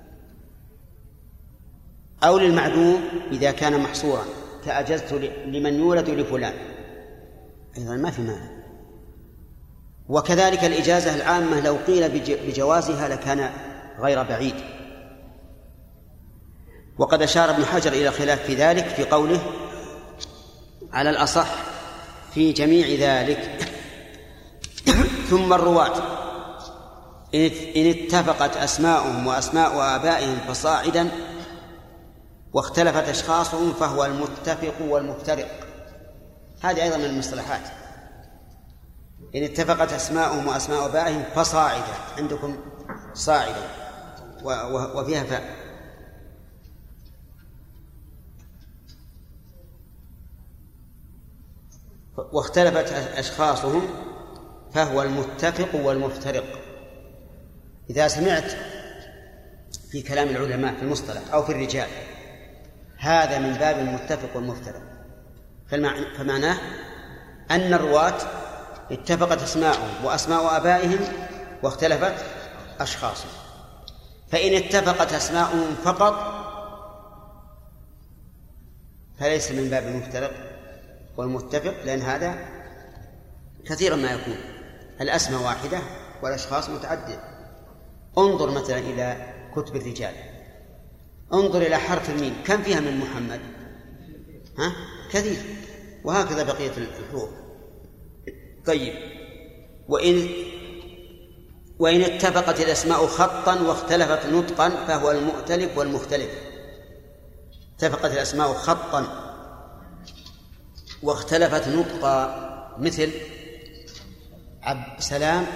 أو للمعدوم إذا كان محصورا كأجزت لمن يولد لفلان، أيضا ما في مانع. وكذلك الإجازة العامة لو قيل بجوازها لكان غير بعيد. وقد أشار ابن حجر إلى خلاف في ذلك في قوله: على الأصح في جميع ذلك. ثم الرواة إن اتفقت أسماؤهم وأسماء آبائهم فصاعدا، واختلفت أشخاصهم فهو المتفق والمفترق. هذه أيضا من المصطلحات: إن اتفقت أسماؤهم وأسماء آبائهم فصاعدا، عندكم صاعدا وفيها فاء. واختلفت أشخاصهم فهو المتفق والمفترق. إذا سمعت في كلام العلماء في المصطلح أو في الرجال هذا من باب المتفق والمفترق، فمعناه أن الرواة اتفقت أسماءهم وأسماء آبائهم واختلفت أشخاصهم. فإن اتفقت أسماءهم فقط فليس من باب المفترق والمتفق، لأن هذا كثيرا ما يكون الأسماء واحدة والأشخاص متعددة. انظر مثلا إلى كتب الرجال، انظر إلى حرف الميم، كم فيها من محمد؟ كثير. وهكذا بقية الحروف. طيب، وإن اتفقت الأسماء خطا واختلفت نطقا فهو المؤتلف والمختلف. اتفقت الأسماء خطا واختلفت نطقا، مثل سلام،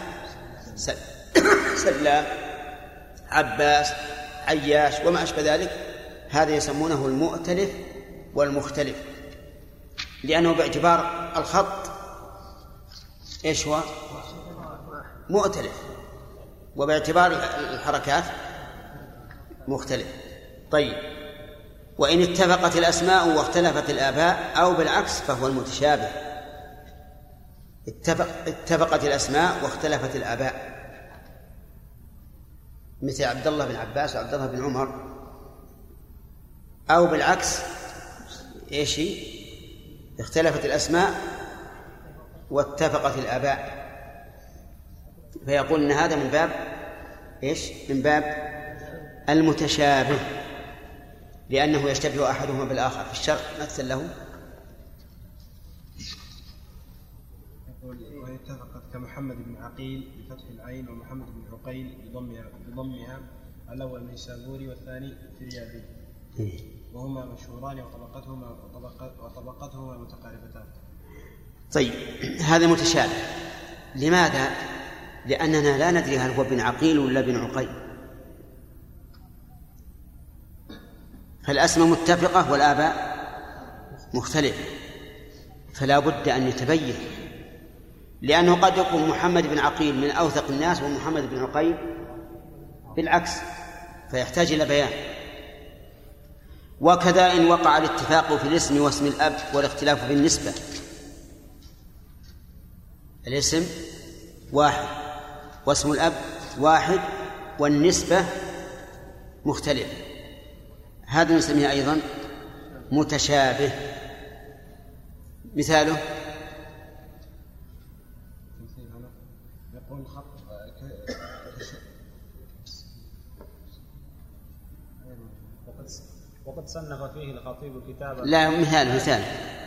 سلام، عباس، عياش وما أشبه ذلك. هذا يسمونه المؤتلف والمختلف، لأنه باعتبار الخط إيش هو؟ مؤتلف، وباعتبار الحركات مختلف. طيب، وإن اتفقت الأسماء واختلفت الآباء أو بالعكس فهو المتشابه. اتفقت الأسماء واختلفت الآباء، مثل عبد الله بن عباس وعبد الله بن عمر، أو بالعكس إيش اختلفت الأسماء واتفقت الآباء، فيقول إن هذا من باب إيش؟ من باب المتشابه، لأنه يشتبه أحدهما بالآخر. في الشرع مثل له وإن اتفقت كمحمد بن عقيل بفتح العين ومحمد بن عقيل بضمها، الأول النيسابوري والثاني فريابي، وهما مشهوران وطبقتهما متقاربتان. طيب، هذا متشابه. لماذا؟ لأننا لا ندري هل هو بن عقيل ولا بن عقيل، فالأسماء متفقة والآباء مختلفة، فلا بد أن يتبين، لأنه قد يكون محمد بن عقيل من أوثق الناس ومحمد بن عقيل بالعكس، فيحتاج إلى بيان. وكذا إن وقع الاتفاق في الاسم واسم الأب والاختلاف في النسبة، الاسم واحد واسم الأب واحد والنسبة مختلفة، هذا نسميه أيضا متشابه. مثاله وقد صنف فيه الخطيب كتابا. لا، مثال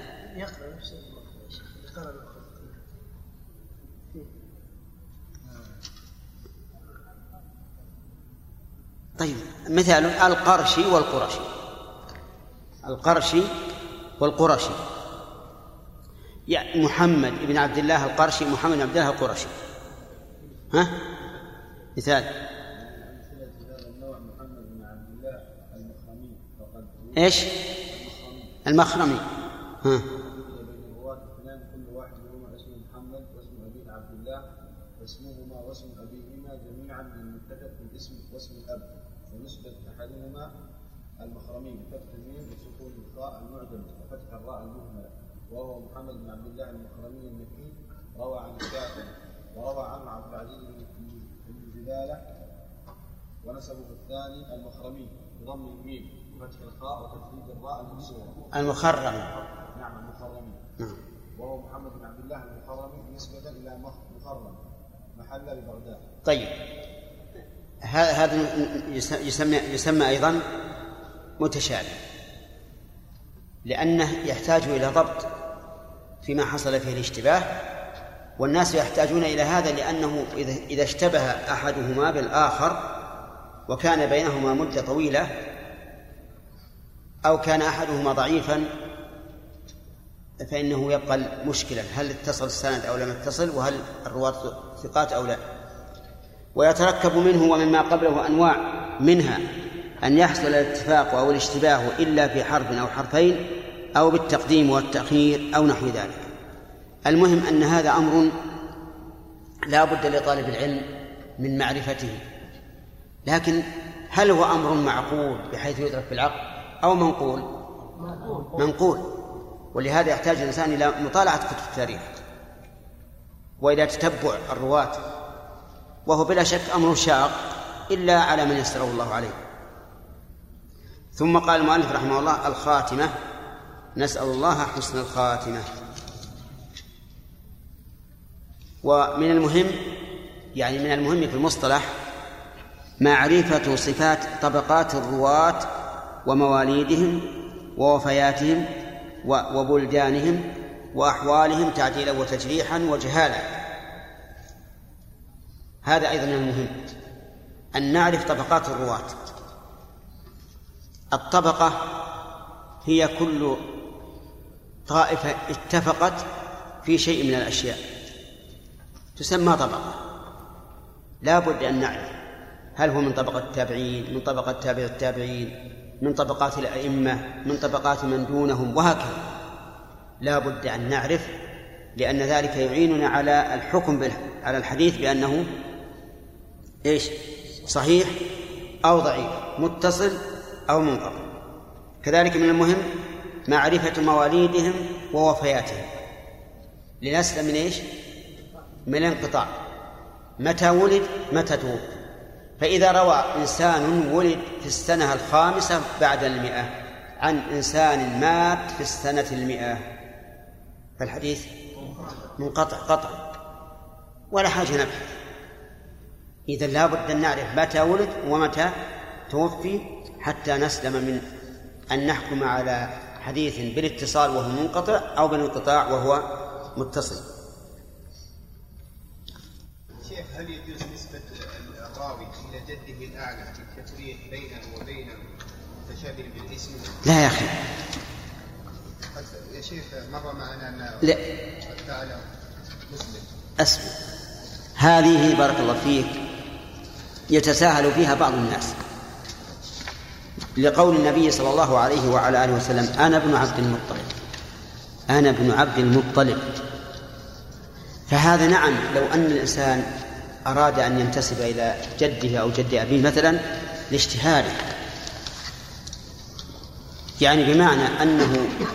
طيب، مثال القرشي والقرشي، القرشي والقرشي، يعني محمد بن عبد الله القرشي، محمد بن عبد الله القرشي. مثال ايش؟ المخرمي. كل واحد منهما اسمه محمد واسم أبيه عبد الله، واسمهما واسم أبيهما جميعا متفق في الاسم واسم الأب، ونسبة أحدهما المخرمي بفتح الميم وسكون الخاء المعجم وفتح الراء المهملة، وهو محمد بن عبد الله المخرمي المكي، روى عن الشافعي وروى عنه عبد العزيز بن جبالة، ونسبه الثاني المخرمي بضم الميم فتح الخاء وتشديد الراء المكسورة المخرم. نعم المخرمي. وهو محمد بن عبد الله المخرمي نسبة إلى مخرم محل ببغداد. طيب، هذا يسمى أيضا متشابه، لأنه يحتاج إلى ضبط فيما حصل فيه الاشتباه، والناس يحتاجون إلى هذا، لأنه إذا اشتبه أحدهما بالآخر وكان بينهما مدة طويلة، أو كان أحدهما ضعيفا، فإنه يبقى مشكلة، هل اتصل السند أو لم يتصل، وهل الرواة ثقات أو لا. ويتركب منه ومما قبله أنواع، منها أن يحصل الاتفاق أو الاشتباه إلا في حرف أو حرفين أو بالتقديم والتأخير أو نحو ذلك. المهم أن هذا أمر لا بد لطالب العلم من معرفته، لكن هل هو أمر معقول بحيث يدرك بالعقل أو منقول؟ ولهذا يحتاج الإنسان إلى مطالعة كتب التاريخ وإلى تتبع الرواة، وهو بلا شك أمر شاق إلا على من يسره الله عليه. ثم قال المؤلف رحمه الله: الخاتمة، نسأل الله حسن الخاتمة. ومن المهم، يعني من المهم في المصطلح معرفة صفات طبقات الرواة ومواليدهم ووفياتهم وبلدانهم وأحوالهم تعديلا وتجريحا وجهالا. هذا أيضا المهم، أن نعرف طبقات الرواة. الطبقة هي كل طائفة اتفقت في شيء من الأشياء تسمى طبقة. لا بد أن نعرف هل هو من طبقة التابعين، من طبقة تابع التابعين، من طبقات الأئمة، من طبقات من دونهم، وهكذا. لا بد أن نعرف، لأن ذلك يعيننا على الحكم على الحديث بأنه إيش؟ صحيح أو ضعيف، متصل أو منقطع. كذلك من المهم معرفة مواليدهم ووفياتهم لنسلم من إيش؟ من الانقطاع. متى ولد متى توفي. فإذا روى إنسان ولد في السنة 5 بعد 100 عن إنسان مات في السنة 100 فالحديث منقطع قطعا ولا حاجة نبحث. إذن لا بد أن نعرف متى ولد ومتى توفي حتى نسلم من أن نحكم على حديث بالاتصال وهو منقطع أو بالانقطاع وهو متصل. شيخ، هل يجوز نسبة الراوي إلى جده الأعلى بالتفريق بينه وبين المتشابه بالاسم؟ لا يا أخي. يا شيخ مر معنا أن لا فعل مسلم. أسمع، هذه بارك الله فيك يتساهل فيها بعض الناس لقول النبي صلى الله عليه وعلى آله وسلم: أنا ابن عبد المطلب، أنا ابن عبد المطلب. فهذا نعم لو أن الإنسان أراد أن ينتسب إلى جده أو جد أبيه مثلا لاشتهاره، يعني بمعنى أنه